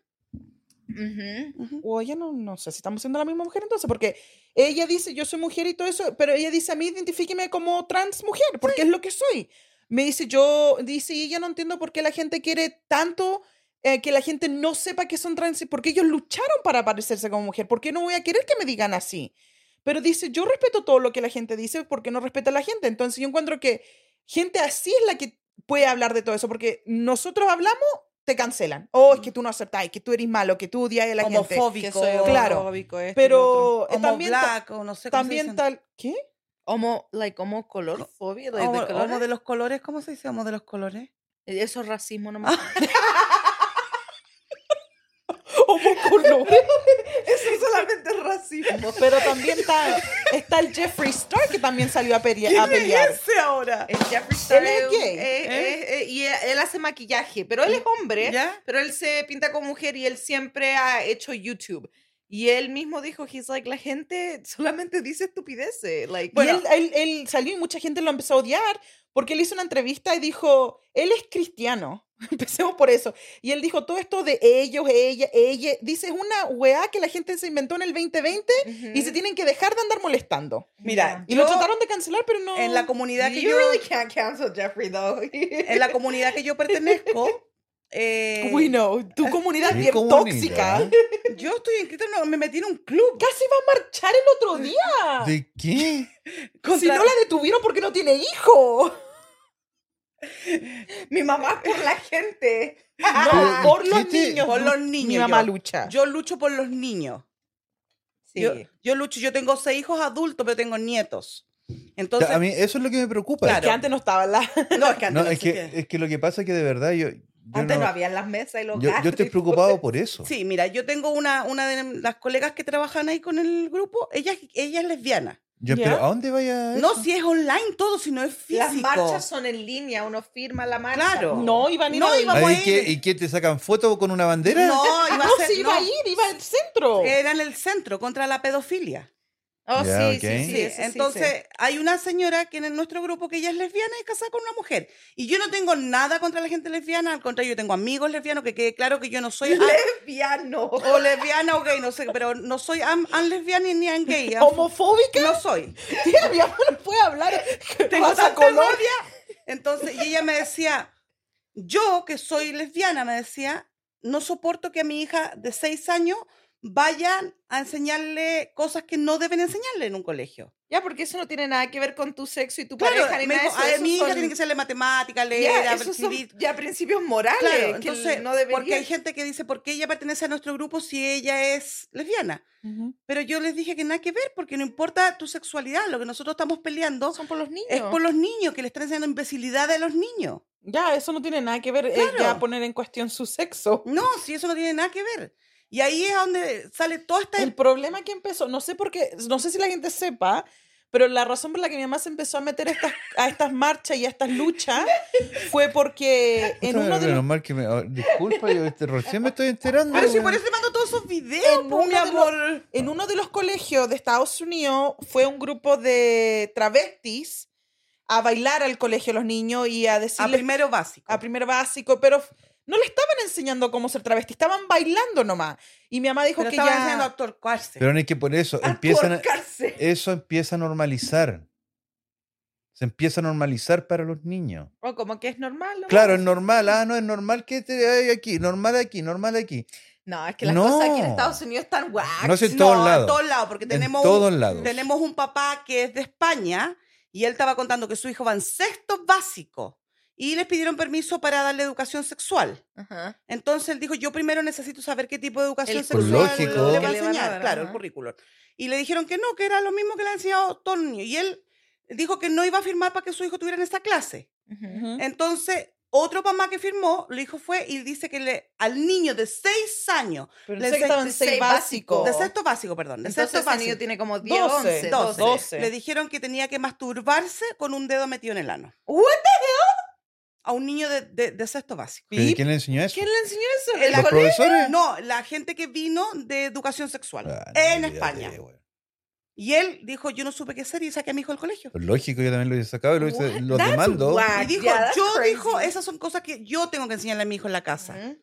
Ujú. Ujú. O ella no, no sé si estamos siendo la misma mujer entonces, porque ella dice yo soy mujer y todo eso, pero ella dice a mí identifíqueme como trans mujer, porque es lo que soy. Me dice yo, dice, y ella no entiendo por qué la gente quiere tanto eh, que la gente no sepa que son trans, porque ellos lucharon para parecerse como mujer, ¿por qué no voy a querer que me digan así? Pero dice, yo respeto todo lo que la gente dice porque no respeta a la gente, entonces yo encuentro que gente así es la que puede hablar de todo eso, porque nosotros hablamos, te cancelan. Oh, es que tú no aceptáis, que tú eres malo, que tú odias a la gente. Homofóbico. Que soy Claro. homofóbico, esto y lo otro. Pero eh, Homo también, ta- black, o no sé cómo se también dicen. tal... ¿Qué? Homo, like, homo color fobia, like, Homo, de colores. homo de los colores, ¿cómo se dice homo de los colores? Eso es racismo nomás. homocolores. Eso solamente es racismo. Pero también está, está el Jeffree Star, que también salió a, pelea- ¿Quién a pelear. es ese ahora? El Jeffree Star Él es un- gay, eh, eh, eh, y él, él hace maquillaje, pero él es hombre, ¿Ya? pero él se pinta como mujer y él siempre ha hecho YouTube. Y él mismo dijo, he's like, la gente solamente dice estupideces. Like, Y él, él, él salió y mucha gente lo empezó a odiar porque él hizo una entrevista y dijo, él es cristiano. Empecemos por eso. Y él dijo, todo esto de ellos, ella, ella, dice, es una weá que la gente se inventó en el veinte veinte y se tienen que dejar de andar molestando. Mira, Y yo lo trataron de cancelar, pero no... en la comunidad que You yo really can't cancel Jeffrey, though. en la comunidad que yo pertenezco, eh, We know, tu comunidad ¿Qué bien comunidad? tóxica. yo estoy inscrita, no, me metí en un club. Casi va a marchar el otro día. ¿De qué? Si contra- no la detuvieron porque no tiene hijo. Mi mamá es por la gente. No, Pero, por ¿qué los te- niños. por lu- los niños. Mi mamá yo. lucha. Yo lucho por los niños. Sí. Yo, yo lucho, yo tengo seis hijos adultos, pero tengo nietos. Entonces, a mí eso es lo que me preocupa. Claro. que antes no estaba la... no, es que antes No, no es que, existía. es que lo que pasa es que de verdad yo, yo, Antes no, no- había las mesas y los yo, yo gatos estoy y preocupado todo. por eso. Sí, mira, yo tengo una, una de las colegas que trabajan ahí con el grupo, ella, ella es lesbiana. Yo, ¿Ya? pero ¿a dónde vaya No, eso? si es online todo, si no es físico. Las marchas son en línea, uno firma la marcha. Claro. No, iban a ir No, al- íbamos Ahí a ir. que- ¿Y qué te sacan fotos con una bandera? No, iba No, a ser, sí, iba no, a ir, iba al centro. era en el centro contra la pedofilia. Oh, Ya, sí, ok. sí, sí, Sí, eso sí entonces sé. hay una señora que en nuestro grupo que ella es lesbiana y es casada con una mujer. Y yo no tengo nada contra la gente lesbiana, al contrario, yo tengo amigos lesbianos, que quede claro que yo no soy am- Lesbiano. o lesbiana o gay, no sé, pero no soy am, am lesbiana ni am gay. am- ¿Homofóbica? No soy. Tía, mi mamá no puede hablar. Tengo Pasa tanta color. rabia. Entonces, y ella me decía, yo que soy lesbiana, me decía, no soporto que a mi hija de seis años vayan a enseñarle cosas que no deben enseñarle en un colegio. Ya, porque eso no tiene nada que ver con tu sexo y tu Claro, pareja ni me nada de dijo, eso. a Esos mi hija son- tiene que serle matemática, leer, ya, esos son escribir. ya principios morales. Claro, que entonces, no debería. porque hay gente que dice, ¿por qué ella pertenece a nuestro grupo si ella es lesbiana? Pero yo les dije que nada que ver, porque no importa tu sexualidad, lo que nosotros estamos peleando Son por los niños. es por los niños, que le están enseñando imbecilidad de los niños. Ya, eso no tiene nada que ver. eh, Claro. ya poner en cuestión su sexo. No, si eso no tiene nada que ver. Y ahí es donde sale toda esta... El problema que empezó, no sé por qué, no sé si la gente sepa, pero la razón por la que mi mamá se empezó a meter a estas, a estas marchas y a estas luchas fue porque en Puta, uno de menos los, mal que me, oh, disculpa, yo este, recién me estoy enterando. Pero si weón. por eso te mando todos esos videos, En po, uno mi de los- amor. en uno de los colegios de Estados Unidos fue un grupo de travestis a bailar al colegio a los niños y a A decirles primero básico. a primer básico, pero f- no le estaban enseñando cómo ser travesti, estaban bailando nomás. Y mi mamá dijo Pero que estaba ya... enseñando a actuarse. Pero no es que por eso A empiezan a- tuercarse. eso empieza a normalizar. Se empieza a normalizar para los niños. O como que es normal. ¿no? Claro, es normal. Ah, no, es normal que te hay aquí, normal aquí, normal aquí. No, es que las No. cosas aquí en Estados Unidos están guac. No sé en No, todos en lados. todos lados, porque En tenemos, todos un, lados. tenemos un papá que es de España y él estaba contando que su hijo va en sexto básico y les pidieron permiso para darle educación sexual. Ajá. Entonces él dijo, yo primero necesito saber qué tipo de educación El sexual currículo le que va a le van a enseñar. dar, Claro, el ajá. currículo. Y le dijeron que no, que era lo mismo que le han enseñado todos los niños. Y él dijo que no iba a firmar para que su hijo tuviera en esa clase. Ujú. Ujú. Entonces, otro papá que firmó, lo dijo fue y dice que le, al niño de seis años, Pero le sé que estaban de seis seis básicos. de sexto básico, perdón, de Entonces sexto ese niño básico, tiene como diez, doce, once, doce, doce. le dijeron que tenía que masturbarse con un dedo metido en el ano. What A un niño de, de- de sexto básico. ¿Pero ¿y quién le enseñó eso? ¿Quién le enseñó eso? ¿El ¿El ¿Los colegio? profesores? No, la gente que vino de educación sexual Ah, no, en olvídate, España. weón. Y él dijo, yo no supe qué hacer y saqué a mi hijo del colegio. Pues lógico, yo también lo hubiese sacado y lo, hice, What? lo That's demando. whack. Y dijo, Yeah, that's yo crazy. dijo, esas son cosas que yo tengo que enseñarle a mi hijo en la casa. Ujú.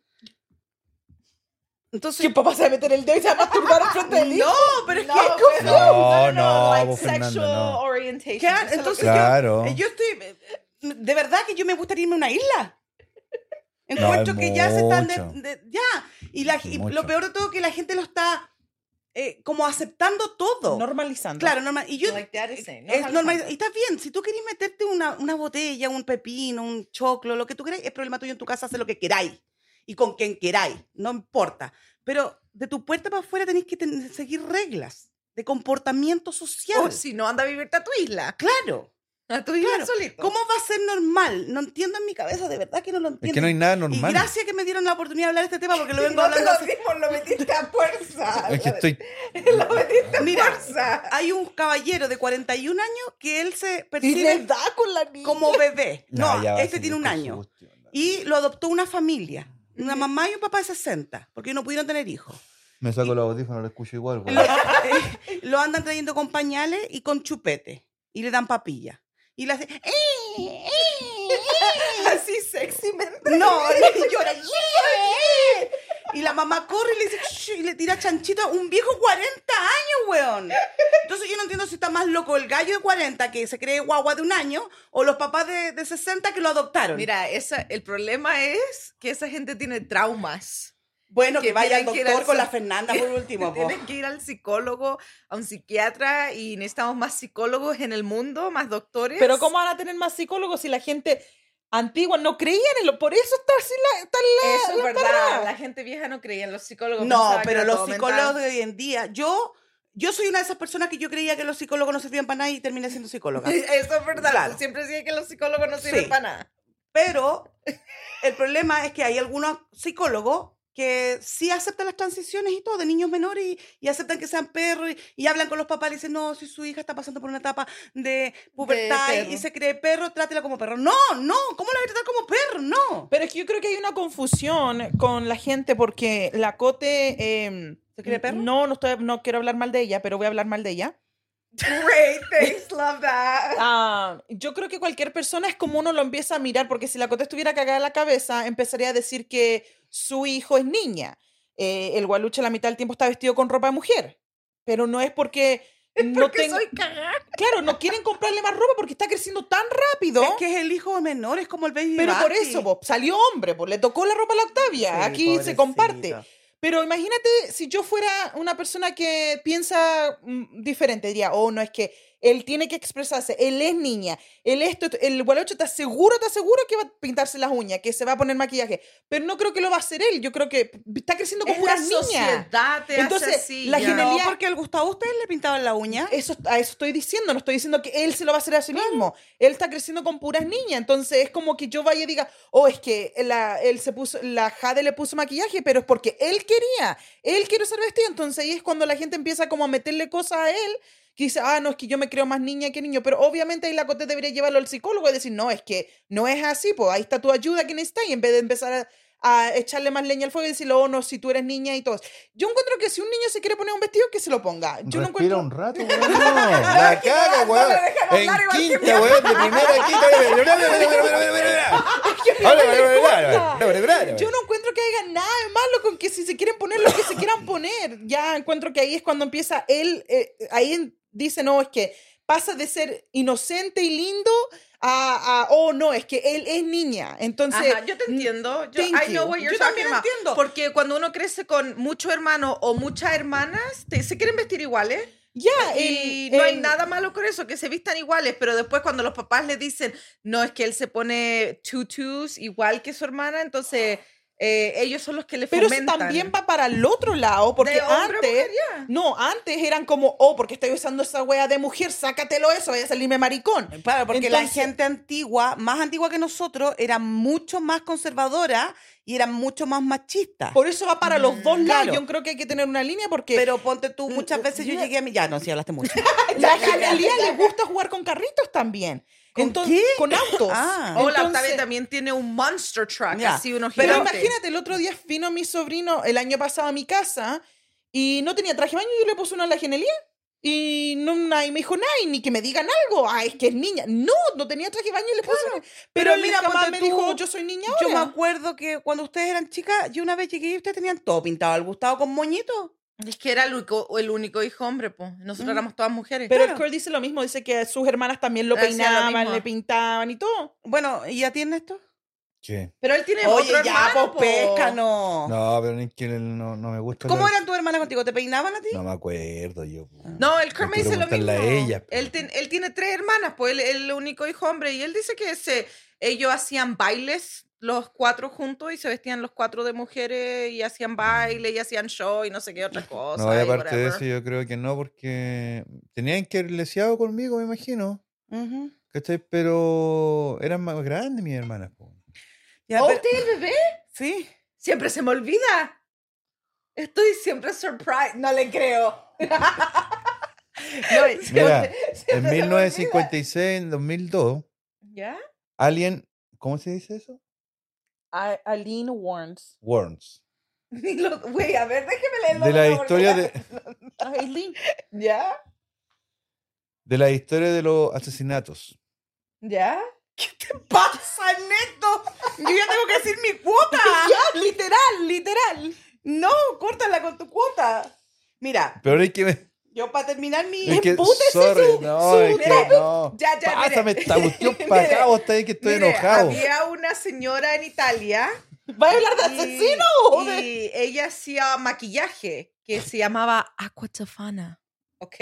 Entonces, ¿Qué papá se va a meter el dedo y se va a masturbar al frente del hijo? no, pero es No, que... pero- No, no, like vos, Fernanda, sexual no. orientation. Claro, Eso es lo entonces que- Claro. Yo, eh, yo estoy... eh, De verdad que yo me gustaría irme a una isla. No, Encuentro es que ya se están... de- mucho. de- ya. Y, la, y Mucho. lo peor de todo es que la gente lo está eh, como aceptando todo. Normalizando. Claro, normal. Y yo... Like that is it, ¿no? Es normal. Y está bien, si tú querés meterte una, una botella, un pepino, un choclo, lo que tú queráis, es problema tuyo en tu casa, haz lo que queráis. Y con quien queráis, no importa. Pero de tu puerta para afuera tenéis que ten- seguir reglas de comportamiento social. O si no, anda a vivirte a tu isla. Claro. A tu hija Claro, solito. ¿cómo va a ser normal? No entiendo en mi cabeza, de verdad que no lo entiendo. Es que no hay nada Y normal. gracias que me dieron la oportunidad de hablar de este tema porque lo vengo No te hablando lo hace... dimos, lo metiste a fuerza. Es que estoy. Lo metiste a Mira, fuerza. hay un caballero de cuarenta y un años que él se Y le percibe da con la niña. como bebé. No, Nah, ya va a este seguir tiene un con su año. cuestión. Y lo adoptó una familia. Una mamá y un papá de sesenta, porque no pudieron tener hijos. Me saco los audífonos, lo escucho igual. güey. Lo, eh, lo andan trayendo con pañales y con chupete. Y le dan papilla. Y le hace... "Eh, eh, eh". Así sexymente. No, y llora. "Yeah". Y la mamá corre y le dice... "Shh", y le tira chanchito a un viejo cuarenta años, weón. Entonces yo no entiendo si está más loco el gallo de cuarenta que se cree guagua de un año o los papás de, de sesenta que lo adoptaron. Mira, esa, el problema es que esa gente tiene traumas. bueno, que, que vaya al tienen que ir doctor al con so- la Fernanda por último. po. Tienen que ir al psicólogo, a un psiquiatra y necesitamos más psicólogos en el mundo, más doctores. Pero ¿cómo van a tener más psicólogos si la gente antigua no creía en lo? Por eso está así la, está la, Eso es la verdad, embarrada. la gente vieja no creía en los psicólogos. No, pensaba que pero era los todo psicólogos mental. de hoy en día, yo, yo soy una de esas personas que yo creía que los psicólogos no servían para nada y terminé siendo psicóloga. Eso es verdad, Claro. tú siempre decías que los psicólogos no sirven Sí. para nada. Pero el problema es que hay algunos psicólogos que sí aceptan las transiciones y todo, de niños menores, y, y aceptan que sean perros, y, y hablan con los papás y dicen, no, si su hija está pasando por una etapa de pubertad y- perro. y se cree perro, trátela como perro. No, no, ¿cómo la voy a tratar como perro? No. Pero es que yo creo que hay una confusión con la gente porque la Cote... eh, ¿Se cree perro? No, no, estoy, no quiero hablar mal de ella, pero voy a hablar mal de ella. Great, thanks, love that. Ah, yo creo que cualquier persona es como uno lo empieza a mirar, porque si la Cote estuviera cagada en la cabeza, empezaría a decir que su hijo es niña. Eh, el Gualuche la mitad del tiempo está vestido con ropa de mujer, pero no es porque... no Porque tenga- soy cagada. Claro, no quieren comprarle más ropa porque está creciendo tan rápido. Es que es el hijo menor, es como el baby Pero por Baki. eso, po, salió hombre, pues le tocó la ropa a la Octavia. Sí, Aquí se pobrecito. comparte. Pero imagínate si yo fuera una persona que piensa mm, diferente, diría, oh, no, es que él tiene que expresarse, él es niña, él esto, esto- el Gualocho está seguro, está seguro que va a pintarse las uñas, que se va a poner maquillaje, pero no creo que lo va a hacer él, yo creo que está creciendo con Es puras la niñas. sociedad te Entonces, hace así. la ya. genialidad- No, porque al Gustavo a ustedes le pintaban la uña. Eso, a eso estoy diciendo, no estoy diciendo que él se lo va a hacer a sí mismo. Él está creciendo con puras niñas, entonces es como que yo vaya y diga, oh, es que la, él se puso, la Jade le puso maquillaje, pero es porque él quería, él quiere ser vestido, entonces ahí es cuando la gente empieza como a meterle cosas a él, que dice, ah, no, es que yo me creo más niña que niño, pero obviamente ahí la Cote debería llevarlo al psicólogo y decir, no, es que no es así, pues ahí está tu ayuda que necesitas, y en vez de empezar a a echarle más leña al fuego y decirle, oh, no, si tú eres niña y todo. Yo encuentro que si un niño se quiere poner un vestido, que se lo ponga. Yo no Respira encuentro... un rato, weón. No, la caga, no weón. me dejan En hablar igual que quinta, weón, de primera a quinta. Yo no encuentro que haya nada de malo con que si se quieren poner lo que se quieran poner. Ya encuentro que ahí es cuando empieza él, eh, ahí en- dice, no, es que pasa de ser inocente y lindo a, a, oh, no, es que él es niña. Entonces, Ajá, yo te entiendo. Yo, thank I know you. what you're Yo talking también about. entiendo. Porque cuando uno crece con muchos hermanos o muchas hermanas, te- se quieren vestir iguales. ya, Y en- no hay en- nada malo con eso, que se vistan iguales, pero después cuando los papás le dicen, no, es que él se pone tutus igual que su hermana, entonces eh, ellos son los que le Pero eso fomentan. también va para el otro lado, porque De hombre a antes, mujer, ya. no, antes eran como, oh, porque estoy usando esa wea de mujer, sácatelo eso, vaya a salirme maricón. Claro, porque la Entonces- gente antigua, más antigua que nosotros, era mucho más conservadora y era mucho más machista. Por eso va para los dos lados. claro. Yo creo que hay que tener una línea porque Pero ponte tú, muchas veces yo ya. llegué a mi... Ya, no, sí, hablaste mucho. la genialidad le gusta jugar con carritos también. ¿Con Entonces, qué? con autos. Ah. O la Entonces- Octavia también tiene un monster truck, Ya. así uno Pero gigante. imagínate, el otro día vino mi sobrino el año pasado a mi casa y no tenía traje de baño y yo le puse uno a la genialidad. Y no nadie me dijo nada, y ni que me digan algo. Ah, es que es niña. No, no tenía traje de baño y le puse uno. Pero, Pero él mira, jamás ponte me tú, dijo, yo soy niña Yo me ahora. acuerdo que cuando ustedes eran chicas, yo una vez llegué y ustedes tenían todo pintado. ¿Al Gustavo con moñito? Es que era el único, el único hijo hombre, pues. Nosotros Mm. éramos todas mujeres. Pero claro. el Kurt dice lo mismo, dice que sus hermanas también lo Hacía lo peinaban, mismo. le pintaban y todo. Bueno, ¿y ya tienes esto? ¿Qué? Pero él tiene Oye, otro ya, hermano, pues po. pesca, no. No, pero es que no, no me gusta. ¿Cómo la- eran tus hermanas contigo? ¿Te peinaban a ti? No me acuerdo yo. po. No, el Kurt me Quiero dice lo mismo. preguntarle a ella, pero- él, ten- él tiene tres hermanas, pues él es el único hijo hombre. Y él dice que se, ellos hacían bailes los cuatro juntos y se vestían los cuatro de mujeres y hacían baile y hacían show y no sé qué otra cosa. No, y y aparte de whatever. eso, yo creo que no, porque tenían que haber leseado conmigo, me imagino. Ujú. ¿Cachai? Pero eran más grandes mis hermanas. Po. Ya, ¿Oh, pero- usted el bebé? sí. Siempre se me olvida. Estoy siempre surprised. No le creo. No, y- Mira, en siempre se me mil novecientos cincuenta y seis, en dos mil dos, ¿Ya? Alien, ¿cómo se dice eso? A- Aline Warnes. Worms. Ni lo- Güey, a ver, déjeme leerlo. De la nuevo, historia porque- de, Aileen. ¿Ya? de la historia de los asesinatos. ¿Ya? pasa, Neto? Yo ya tengo que decir mi cuota. Ya, literal, literal. No, córtala con tu cuota. Mira, Pero hay que ver. yo para terminar mi... Es que, Empútese sorry, su- no, su es que topic. no. Ya, ya, Pásame mire. esta cuestión para acá, vos estáis que estoy Mire, enojado. había una señora en Italia. ¿Va a hablar de y- asesino o de...? Y ella hacía maquillaje que se llamaba Aquatofana, ¿ok?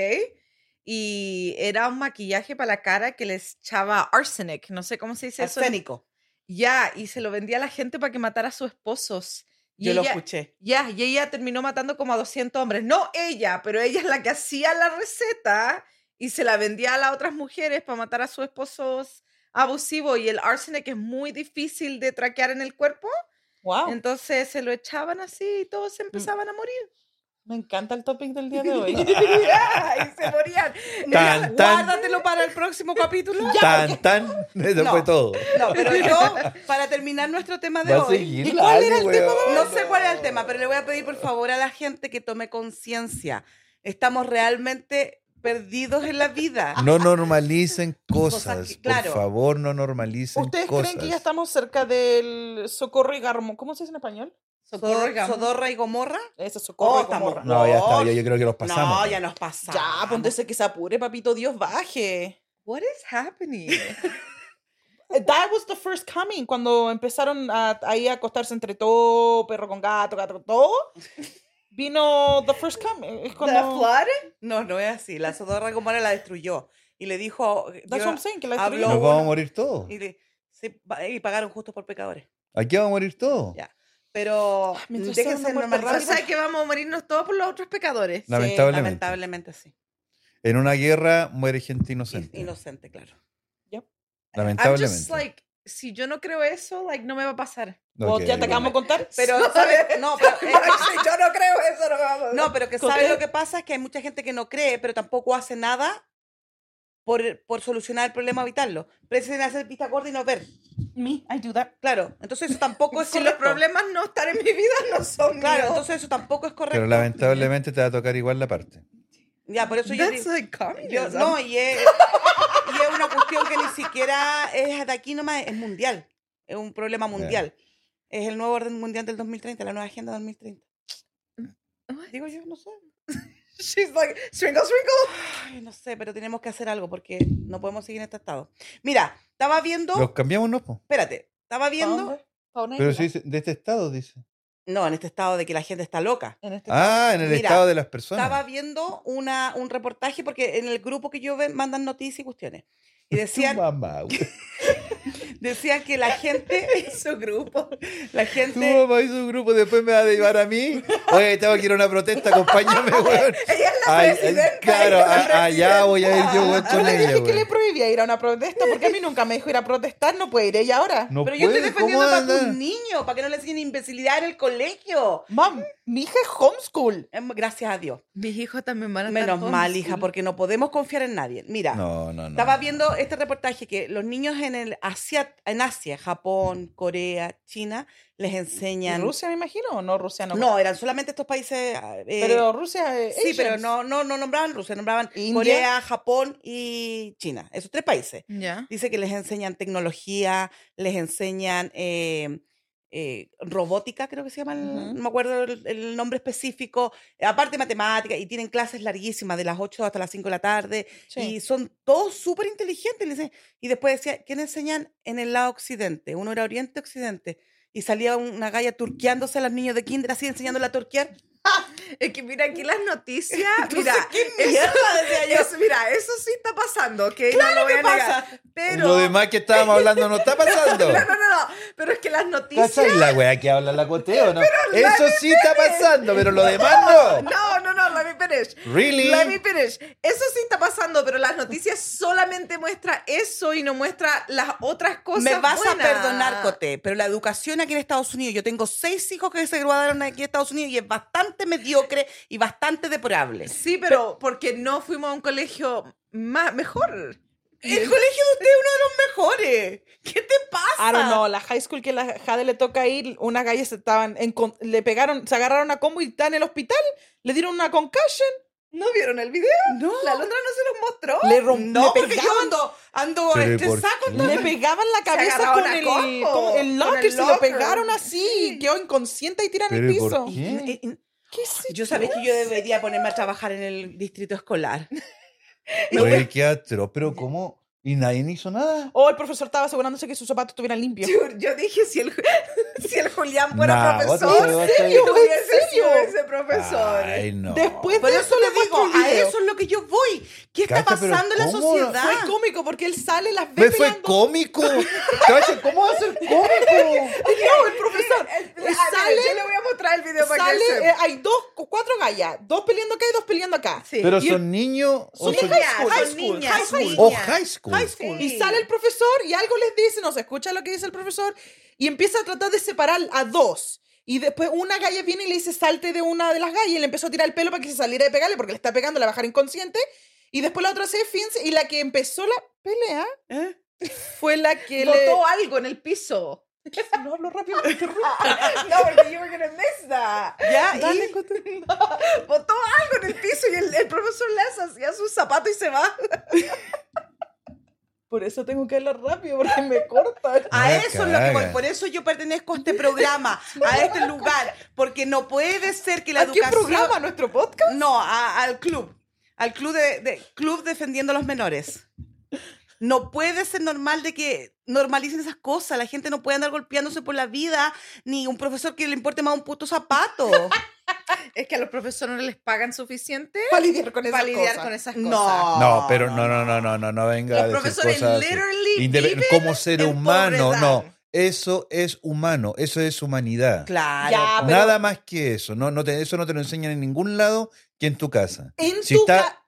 Y era un maquillaje para la cara que les echaba arsenic, no sé cómo se dice eso. Arsénico. Ya, y se lo vendía a la gente para que matara a sus esposos. Y Yo lo ella- escuché. Ya, y ella terminó matando como a doscientos hombres. No ella, pero ella es la que hacía la receta y se la vendía a las otras mujeres para matar a sus esposos abusivos. Y el arsenic es muy difícil de traquear en el cuerpo. Wow, Entonces se lo echaban así y todos se empezaban a morir. me encanta el topic del día de hoy. Ya, y se morían. Tan, tan, Guárdatelo para el próximo capítulo. tan, tan. Eso No. fue todo. No, pero yo, para terminar nuestro tema de Va a hoy... seguir ¿Y cuál era el largo, tema? weón. No sé cuál era el tema, pero le voy a pedir por favor a la gente que tome conciencia. Estamos realmente perdidos en la vida. No normalicen Cosas cosas. que- claro. Por favor, no normalicen ¿Ustedes cosas. creen que ya estamos cerca del Socorro y Garmo? ¿Cómo se dice en español? Socorro, Sod- digamos. Sodorra y Gomorra. Ese Socorro Oh, y Gomorra. estamos- No, ya está, yo, yo creo que los pasamos. No, ya nos pasamos. Ya, póntese que se apure, papito Dios, baje. What is happening? That was the first coming, cuando empezaron a, ahí a acostarse entre todo, perro con gato, gato con todo. Vino the first coming. Es The cuando... flood? No, no es así. La Sodorra y Gomorra la destruyó. Y le dijo... That's yo- what I'm saying, que la habló- destruyeron. Nos vamos a uno- morir todos. y, le- sí, pa- y pagaron justo por pecadores. Aquí vamos a morir todos. Ya. Pero Mientras déjense sea una muerte normalizar. O sea que vamos a morirnos todos por los otros pecadores. Sí, Lamentablemente. lamentablemente sí. En una guerra muere gente inocente. In- Inocente, claro. I'm Lamentablemente. just like, si yo no creo eso, like, no me va a pasar. Well, Ok, ya te acabamos de contar. Pero, ¿sabes? No, pero, eh, si yo no creo eso, no me va a pasar. no, pero que ¿Con ¿sabes qué? lo que pasa? Es que hay mucha gente que no cree, pero tampoco hace nada por, por solucionar el problema o evitarlo. Prefieren hacer vista gorda y no ver. Me, I do that. Claro, entonces eso tampoco es Si los correcto. problemas no están en mi vida, no son Claro, míos. entonces eso tampoco es correcto. Pero lamentablemente te va a tocar igual la parte. Ya, por eso yo, That's digo- like yo- communism. no, y es, y es una cuestión que ni siquiera es de aquí nomás, es mundial. Es un problema mundial. Es el nuevo orden mundial del dos mil treinta, la nueva agenda dos mil treinta. Digo yo, no sé. She's like, sprinkle, sprinkle. Ay, no sé, pero tenemos que hacer algo porque no podemos seguir en este estado. Mira, estaba viendo. Los cambiamos, ¿no? po? Espérate, estaba viendo. Pero sí, dice, de este estado, dice. No, en este estado de que la gente está loca. En este Ah, en el Mira, estado de las personas. Estaba viendo una, un reportaje porque en el grupo que yo ve mandan noticias y cuestiones. Y Tu decían, mamá, güey. decían que la gente, Su grupo. la Tu gente, mamá y su grupo después me va a llevar a mí. Oye, tengo que ir a una protesta, acompáñame, weón. Ella es la Ay, ay, presidenta. claro, ella es la a- allá voy a ir yo weón, Yo con le ella, dije que le weón. prohibía ir a una protesta, porque a mí nunca me dijo ir a protestar, no puede ir ella ahora. No pero yo estoy puede, defendiendo ¿cómo para tus anda? niños, para que no le enseñen imbecilidad en el colegio. Mam, mi hija es homeschool. Em, Gracias a Dios. Mis hijos también van a estar Menos mal, homeschool. hija, porque no podemos confiar en nadie. Mira, No, no, no. estaba viendo este reportaje que los niños en el Asia, en Asia, Japón, Corea, China, les ¿Y enseñan. Rusia, me imagino, o no Rusia? No, No, eran solamente estos países. eh, pero Rusia es sí, pero Asians. no, no, no nombraban Rusia, nombraban India. Corea, Japón y China. Esos tres países. Ya. Dice que les enseñan tecnología, les enseñan eh, eh, robótica, creo que se llama, el- Ujú. no me acuerdo el, el nombre específico, eh, aparte de matemática, y tienen clases larguísimas de las ocho hasta las cinco de la tarde, Sí. y son todos súper inteligentes. le dicen- Y después decía, ¿quién enseñan en el lado occidente? Uno era oriente-occidente. Y salía una galla turqueándose a los niños de kinder, así enseñándola a turquear. Es que mira, aquí las noticias, mira, ¿qué eso, mierda? Decía yo. eso- mira, eso sí está pasando, ¿ok? no lo voy a negar. Pero, Lo demás que estábamos hablando no está pasando. no, no, no, no, pero es que las noticias, ¿Cachai la weá que habla la coteo, no? Eso sí está pasando, pero lo demás no. no, no, no, let me finish. Really? Let me finish. Eso sí está pasando, pero las noticias solamente muestra eso y no muestra las otras cosas Me vas buenas. a perdonar, Coté, pero la educación aquí en Estados Unidos, yo tengo seis hijos que se graduaron aquí en Estados Unidos y es bastante mediocre y bastante deplorable. Sí, pero porque no fuimos a un colegio más, mejor. El colegio de usted es uno de los mejores. ¿Qué te pasa? I don't know, la high school que la Jade le toca ir, unas gallas estaban, en con- le pegaron, se agarraron a combo y están en el hospital, le dieron una concussion, ¿No vieron el video? No. La Londra no se los mostró. le, rom- No, le porque yo pegaban, ando, ando Pero ¿y por estresada qué? con le pegaban la cabeza agarraron con a el, combo, con el con locker, el se lo locker. pegaron así, Sí. quedó inconsciente y tirado en el Pero ¿y por piso. qué? Eh, eh, ¿Qué es Yo sabía que yo debería ponerme a trabajar en el distrito escolar. Oye, qué atroz, pero ¿cómo? ¿Y nadie hizo nada? O el profesor estaba asegurándose que sus zapatos estuvieran limpios. Yo, yo dije, si el, si el Julián fuera Nah, profesor, vos te- vos te- serio? ¿En hubiese sido serio? ese profesor. Ay, no. Después Por de eso eso le le digo, muestro el a video. eso es lo que yo voy. ¿Qué está Cacha, pero pasando en la ¿cómo? sociedad? Fue cómico porque él sale, las ve Me fue peleando. cómico. Cacha, ¿cómo va a ser cómico? No, el profesor El- el- eh, ah, sale, yo le voy a mostrar el video para sale, que eh, sepa. hay dos, cuatro gallas, dos peleando acá y dos peleando acá. Sí. ¿Pero Y- son niños o Son son... niñas, Son high school, niñas, high son school. Oh, niñas. high school. High school. Y sale el profesor y algo les dice, no se escucha lo que dice el profesor, y empieza a tratar de separar a dos. Y después una galla viene y le dice salte de una de las gallas y le empezó a tirar el pelo para que se saliera de pegarle porque le está pegando, la va a bajar inconsciente. Y después la otra se fince y la que empezó la pelea ¿Eh? fue la que le... Botó algo en el piso. No hablo rápido, me interrumpo. No, porque you were gonna miss that. Ya, y- Dale, Cote. Botó algo en el piso y el, el profesor le hace así a su zapato y se va. Por eso tengo que hablar rápido, porque me cortan. A Me eso es lo que voy. caga. Por eso yo pertenezco a este programa, a este lugar. Porque no puede ser que la ¿A qué educación... programa? ¿Nuestro podcast? No, a- al club. Al club de, de- club defendiendo a los menores. No puede ser normal de que normalicen esas cosas. La gente no puede andar golpeándose por la vida, ni un profesor que le importe más un puto zapato. Es que a los profesores no les pagan suficiente Para lidiar con esas para lidiar cosas. con esas cosas. No. No, pero no, no, no, no, no, no venga a Los decir profesores cosas así. literally Indep- viven como ser en humano, pobreza. no. Eso es humano, eso es humanidad. Claro. Ya, pero- Nada más que eso. No, no te, eso no te lo enseñan en ningún lado que en tu casa. En Si tu está- ca-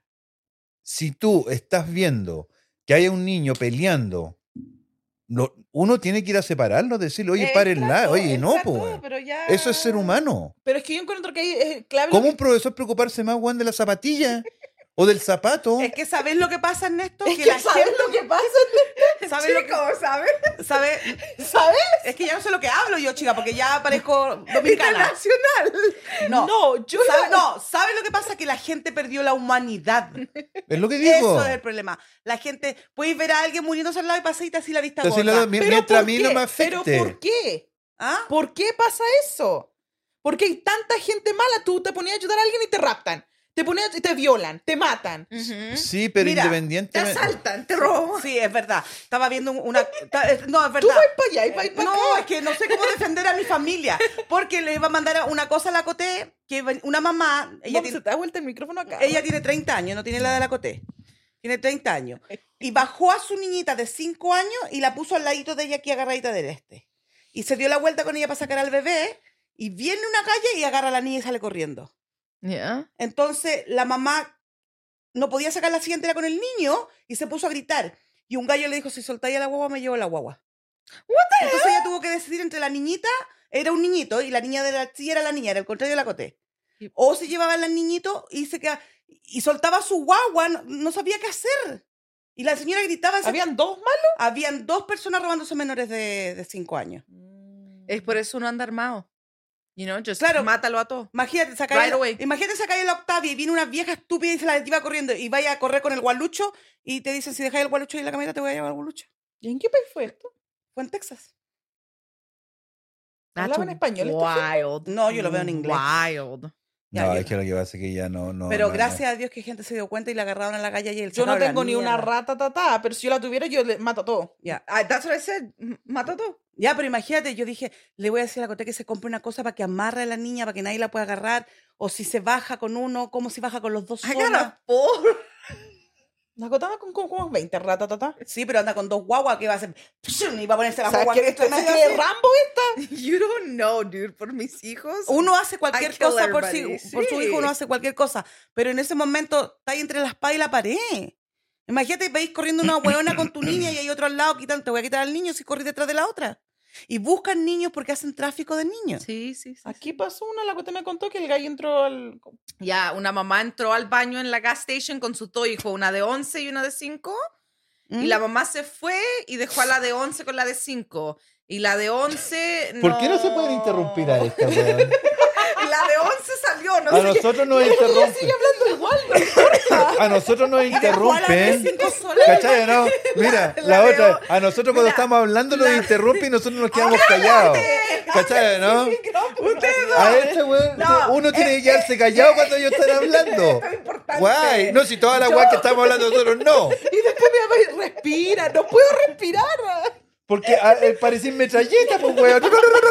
Si tú estás viendo que hay un niño peleando, lo- uno tiene que ir a separarlo, decirle, oye, Él párenla, trató, oye, él no, trató, pues. pero ya- Eso es ser humano. Pero es que yo encuentro que ahí es clave. ¿Cómo lo un profesor preocuparse más, Juan, de la zapatilla o del zapato? Es que ¿sabes lo que pasa, Ernesto? que, es que que la ¿sabes gente... lo que pasa? ¿Sabes lo que, Chicos, ¿sabes? sabe, ¿Sabes? es que ya no sé lo que hablo yo, chica, porque ya parezco dominicana. Internacional. No, No, yo ¿Sabe, iba- no, ¿sabes lo que pasa? Que la gente perdió la humanidad. Es lo que digo. Eso es el problema. La gente, puedes ver a alguien muriéndose al lado y pasarte así la vista Entonces, gorda. lo- mi- ¿Pero mientras a por mí qué? no me afecte. ¿Pero por qué? ¿Ah? ¿Por qué pasa eso? Porque hay tanta gente mala. Tú te ponías a ayudar a alguien y te raptan. Te ponías y te violan, te matan. Sí, pero Mira, Te independientemente. asaltan, te roban. Sí, es verdad. Estaba viendo una... ta- es- No, es Tú verdad. vas para allá y vas para No, acá. es que no sé cómo defender a mi familia. Porque le iba a mandar una cosa a la Coté, que una mamá, ella, No, tiene, se te da vuelta el micrófono acá. ella tiene treinta años, no tiene la de la Coté. Tiene treinta años. Y bajó a su niñita de cinco años y la puso al ladito de ella aquí agarradita del este. Y se dio la vuelta con ella para sacar al bebé. Y viene una calle y agarra a la niña y sale corriendo. Ya. Entonces la mamá no podía sacar la siguiente era con el niño y se puso a gritar. Y un gallo le dijo, si soltáis a la guagua, me llevo la guagua. Entonces ella tuvo que decidir entre la niñita, era un niñito, y la niña de la sí era la niña, era el contrario de la Coté. O se llevaba al niñito y se quedaba, y soltaba a su guagua, no, no sabía qué hacer. Y la señora gritaba. ¿Habían dos malos? Habían dos personas robándose menores de, de cinco años. Es por eso uno anda armado. You know, just Claro. mátalo a todos. Imagínate sacar Right away. imagínate sacar en la Octavia y viene una vieja estúpida y se la lleva corriendo y vaya a correr con el gualucho y te dicen, si dejáis el gualucho y la camioneta te voy a llevar el gualucho. ¿Y en qué país fue esto? Fue en Texas. ¿Hablaba en español este Wild. No, yo lo veo en inglés. Wild. Ya, No, yo- es que lo que pasa es que ya no. no Pero no, gracias no. a Dios que gente se dio cuenta y le agarraron a la galla y el Yo no sacaron la tengo ni una mierda. rata tatá, pero si yo la tuviera, yo le mato todo. Ya. Ah, that's what I said. M- Mató todo. Ya, pero imagínate, yo dije, le voy a decir a la Coté que se compre una cosa para que amarre a la niña, para que nadie la pueda agarrar. O si se baja con uno, como si baja con los dos I sola. got a four. La Coto anda con como veinte, ratatata. Sí, pero anda con dos guaguas que va a hacer... Y va a ponerse la O sea, guagua ¿qué que especie esto de Rambo esta? You don't know, dude. Por mis hijos. Uno hace cualquier I kill cosa por, everybody. sí, por su Sí. hijo, uno hace cualquier cosa. Pero en ese momento está ahí entre la espada y la pared. Imagínate, veis corriendo una hueona con tu niña y hay otro al lado, quitan, te voy a quitar al niño si corres detrás de la otra. Y buscan niños porque hacen tráfico de niños. Sí, sí, sí. Aquí pasó una, la Coto me contó que el gallo entró al... Ya, una mamá entró al baño en la gas station con sus dos hijos, una de once y una de cinco. ¿Mm? Y la mamá se fue y dejó a la de once con la de cinco. Y la de once ¿Por qué no se pueden interrumpir a esta, weón? Y la de once salió, no A sé qué. nosotros nos interrumpen. A nosotros nos interrumpen. ¿Cachai, no? Mira, La- la la otra, veo- a nosotros cuando Mira, estamos hablando nos la- interrumpen y nosotros nos quedamos callados. ¿Cachai, no? Ustedes dos. A este weón, No, uno tiene que quedarse callado cuando ellos están hablando. es importante. Guay, no, si toda la guay que estamos hablando nosotros no. Y después mi mamá respira, no puedo respirar. Porque ah, eh, parecen metralletas, pues weón.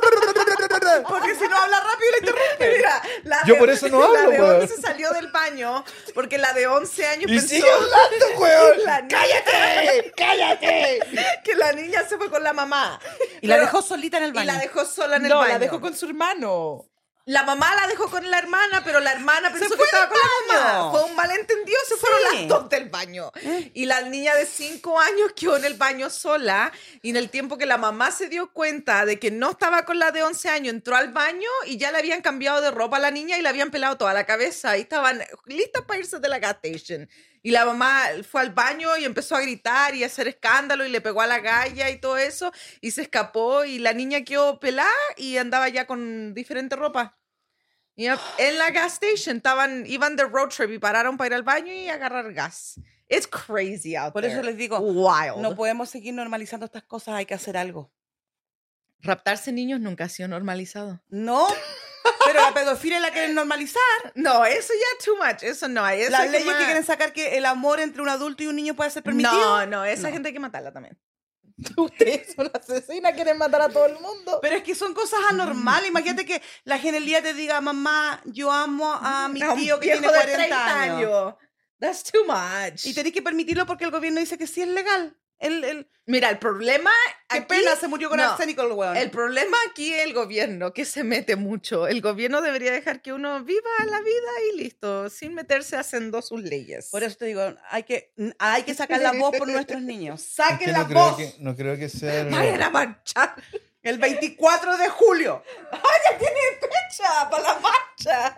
Porque si no habla rápido le interrumpe. Mira, la Yo de- por eso no La hablo, de weón. once salió del baño porque la de once años Y pensó sigue hablando, weón. La niña- ¡Cállate! ¡Cállate! que la niña se fue con la mamá. Y la Pero- dejó solita en el Y baño. la dejó sola en el No, baño. la dejó con su hermano. La mamá la dejó con la hermana, pero la hermana pensó que fue estaba del con la baño. mamá. Fue un malentendido, se fueron Sí. las dos del baño. Y la niña de cinco años quedó en el baño sola. Y en el tiempo que la mamá se dio cuenta de que no estaba con la de once años, entró al baño y ya le habían cambiado de ropa a la niña y le habían pelado toda la cabeza. Y estaban listas para irse de la gas station. Y la mamá fue al baño y empezó a gritar y a hacer escándalo y le pegó a la galla y todo eso. Y se escapó y la niña quedó pelada y andaba ya con diferente ropa. Yep. En la gas station estaban, iban de road trip y pararon para ir al baño y agarrar gas. It's crazy out Por there. eso les digo, Wild. no podemos seguir normalizando estas cosas, hay que hacer algo. Raptarse niños nunca ha sido normalizado. No, pero la pedofilia la quieren normalizar. No, eso ya too much. Eso no hay. Eso Las hay que leyes que ma- quieren sacar que el amor entre un adulto y un niño puede ser permitido. No, no, esa No. gente hay que matarla también. Ustedes son asesinas, quieren matar a todo el mundo. Pero es que son cosas anormales. Imagínate que la genialidad te diga, mamá, yo amo a mi A un tío que viejo tiene de cuarenta treinta años. That's too much. Y tenés que permitirlo porque el gobierno dice que sí es legal. El, el, Mira, el problema. qué aquí- pena, se murió con no, arsénico el weón. El problema aquí es el gobierno, que se mete mucho. El gobierno debería dejar que uno viva la vida y listo, sin meterse haciendo sus leyes. Por eso te digo, hay que, hay que sacar la voz por nuestros niños. Es Saquen que la no, creo voz. que, no creo que sea... el- Vayan a marchar. El veinticuatro de julio. Fecha para la marcha.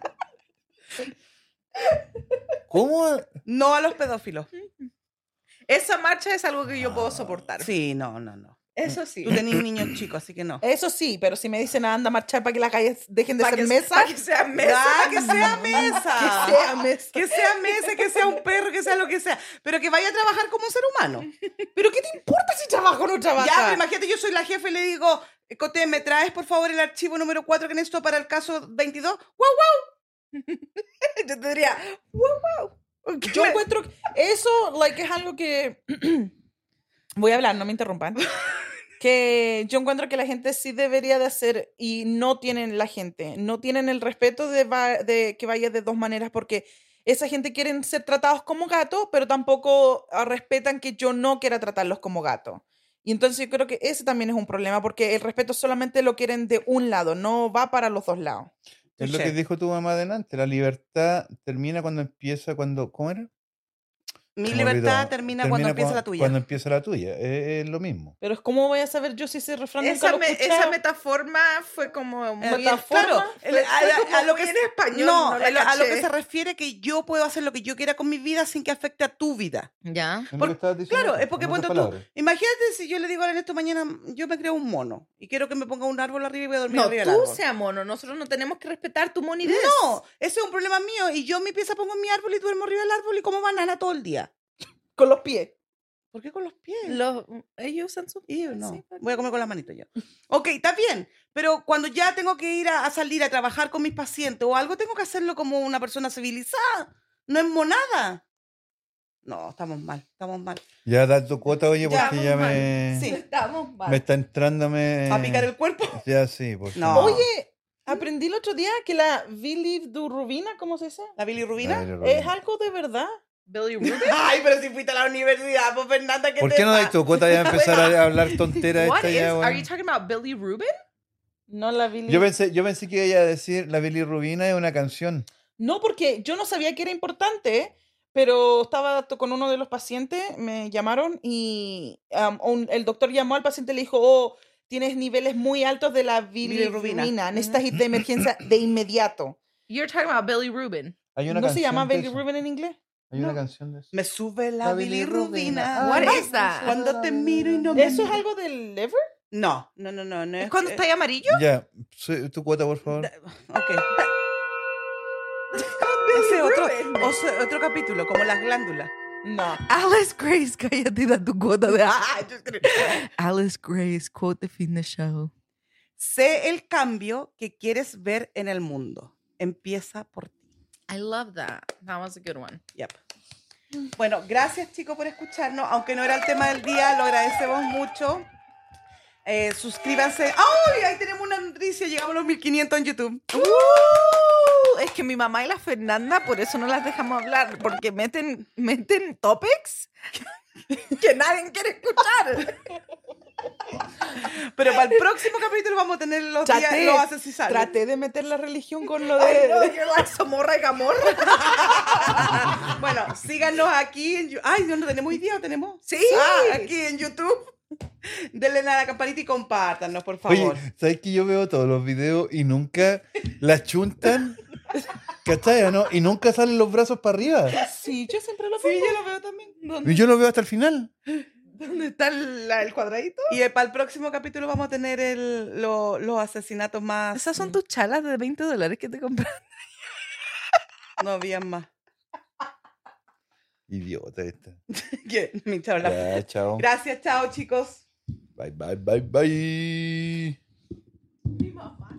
¿Cómo? No a los pedófilos. Esa marcha es algo que yo puedo soportar. Sí, no, no, no. Eso sí. Tú tenés niños chicos, así que no. Eso sí, pero si me dicen anda a marchar para que las calles dejen de Para ser que, mesa, pa' que sea mesa. Ah, que sea mesa. que sea mesa. Que sea mesa, que sea un perro, que sea lo que sea. Pero que vaya a trabajar como un ser humano. ¿Pero qué te importa si trabajo o no trabaja? Ya, pero imagínate, yo soy la jefa y le digo, Cote, ¿me traes por favor el archivo número cuatro que necesito para el caso veintidós? ¡Wow, Yo te diría, wow, wow. Yo encuentro que eso like, es algo que... Voy a hablar, no me interrumpan. Que yo encuentro que la gente sí debería de hacer y no tienen la gente, no tienen el respeto de, va- de que vaya de dos maneras porque esa gente quieren ser tratados como gatos, pero tampoco ah, respetan que yo no quiera tratarlos como gatos. Y entonces yo creo que ese también es un problema porque el respeto solamente lo quieren de un lado, no va para los dos lados. Es lo Touché. que dijo tu mamá delante. La libertad termina cuando empieza, cuando... ¿Cómo era? Mi Se me libertad olvidó. termina, cuando empieza cua- la tuya. Cuando empieza la tuya. Es, es lo mismo. Pero es como voy a saber yo si ese refrán nunca Esa, lo he me- escuchado? esa metaforma fue como muy Metáfora. Claro, fue- el- fue a, como a lo muy que en español. no, no la a lo- a lo que caché. se refiere que yo puedo hacer lo que yo quiera con mi vida sin que afecte a tu vida. Ya. Es lo Por- que estabas diciendo Claro, tú, es porque en otras ponte tú, palabras. imagínate si yo le digo a Ernesto mañana, yo me creo un mono y quiero que me ponga un árbol arriba y voy a dormir No, arriba del tú árbol. sea mono. Nosotros no tenemos que respetar tu monidez. No, ese es un problema mío y yo mi pieza pongo en mi árbol y duermo arriba del árbol y como banana todo el día. Con los pies. ¿Por qué con los pies? Los, ellos usan sus Ew, no. sí, Voy a comer con las manitos yo. Ok, está bien. Pero cuando ya tengo que ir a, a salir a trabajar con mis pacientes o algo, tengo que hacerlo como una persona civilizada. No es monada. No, estamos mal, estamos mal. Ya da tu cuota, oye, Ya, porque ya vamos me... Sí. Estamos mal. Me está entrándome... ¿A picar el cuerpo? Ya sí, por No. favor. Oye, aprendí el otro día que la bilirrubina, ¿cómo se dice? ¿La bilirrubina? Dale, Rubén. Es algo de verdad. Billy Rubin? Ay, pero si fuiste a la universidad, pues Fernanda, ¿qué ¿Por te qué no pasa? dais tu cuota ya empezar a hablar tonteras What esta is, ya, are weón? you talking about Billy Rubin? No la Billy. Yo pensé, yo pensé que ella a decir la Billy Rubina es una canción. No, porque yo no sabía que era importante, pero estaba to- con uno de los pacientes, me llamaron y um, un- el doctor llamó al paciente y le dijo, oh, tienes niveles muy altos de la bilirrubina, Bilirrubina. necesitas ir de emergencia de inmediato. You're talking about Billy Rubin. Hay una ¿No se canción llama de bilirrubin eso. en inglés? Hay una No. canción de eso. Me sube la, La bilirrubina. bilirrubina. What Ay, is that? Cuando te miro y no me ¿Eso es miras. algo del liver? No, no, no, no. no ¿Es cuando eh, está ahí amarillo? Ya, su- tu cuota, por favor. Ok. Ese es otro, oso- otro capítulo, como las glándulas. No. Alice Grace, cállate, da tu cuota de... Ah, just kidding. Alice Grace, quote de fin de show. Sé el cambio que quieres ver en el mundo. Empieza por ti. I love that. That was a good one. Yep. Bueno, gracias chicos por escucharnos. Aunque no era el tema del día, lo agradecemos mucho. Eh, suscríbanse. ¡Ay! Ahí tenemos una noticia. Llegamos a los mil quinientos en YouTube. Uh, es que mi mamá y la Fernanda, por eso no las dejamos hablar, porque meten, meten topics que nadie quiere escuchar. Pero para el próximo capítulo vamos a tener los días Traté, los asesinatos. traté de meter la religión con lo Ay, de... no, yo la Somorra y Gamorra. Bueno, síganos aquí en YouTube. Ay, ¿no no tenemos hoy día o tenemos? Sí. Ah, aquí en YouTube. Denle a la campanita y compártanos, por favor. Oye, ¿sabes que yo veo todos los videos y nunca la chuntan? ¿Cachai, o no? Y nunca salen los brazos para arriba. Sí, yo siempre lo Sí, pongo. yo lo veo también. Y yo lo veo hasta el final. ¿Dónde está el, la- el cuadradito? Y eh, para el próximo capítulo vamos a tener el, lo- los asesinatos más. Esas son tus chalas de veinte dólares que te compras. No habían más. Idiota esta. ¿Qué? Mi charla. Ya, chao. Gracias, chao, chicos. Bye, bye, bye, bye. Mi mamá.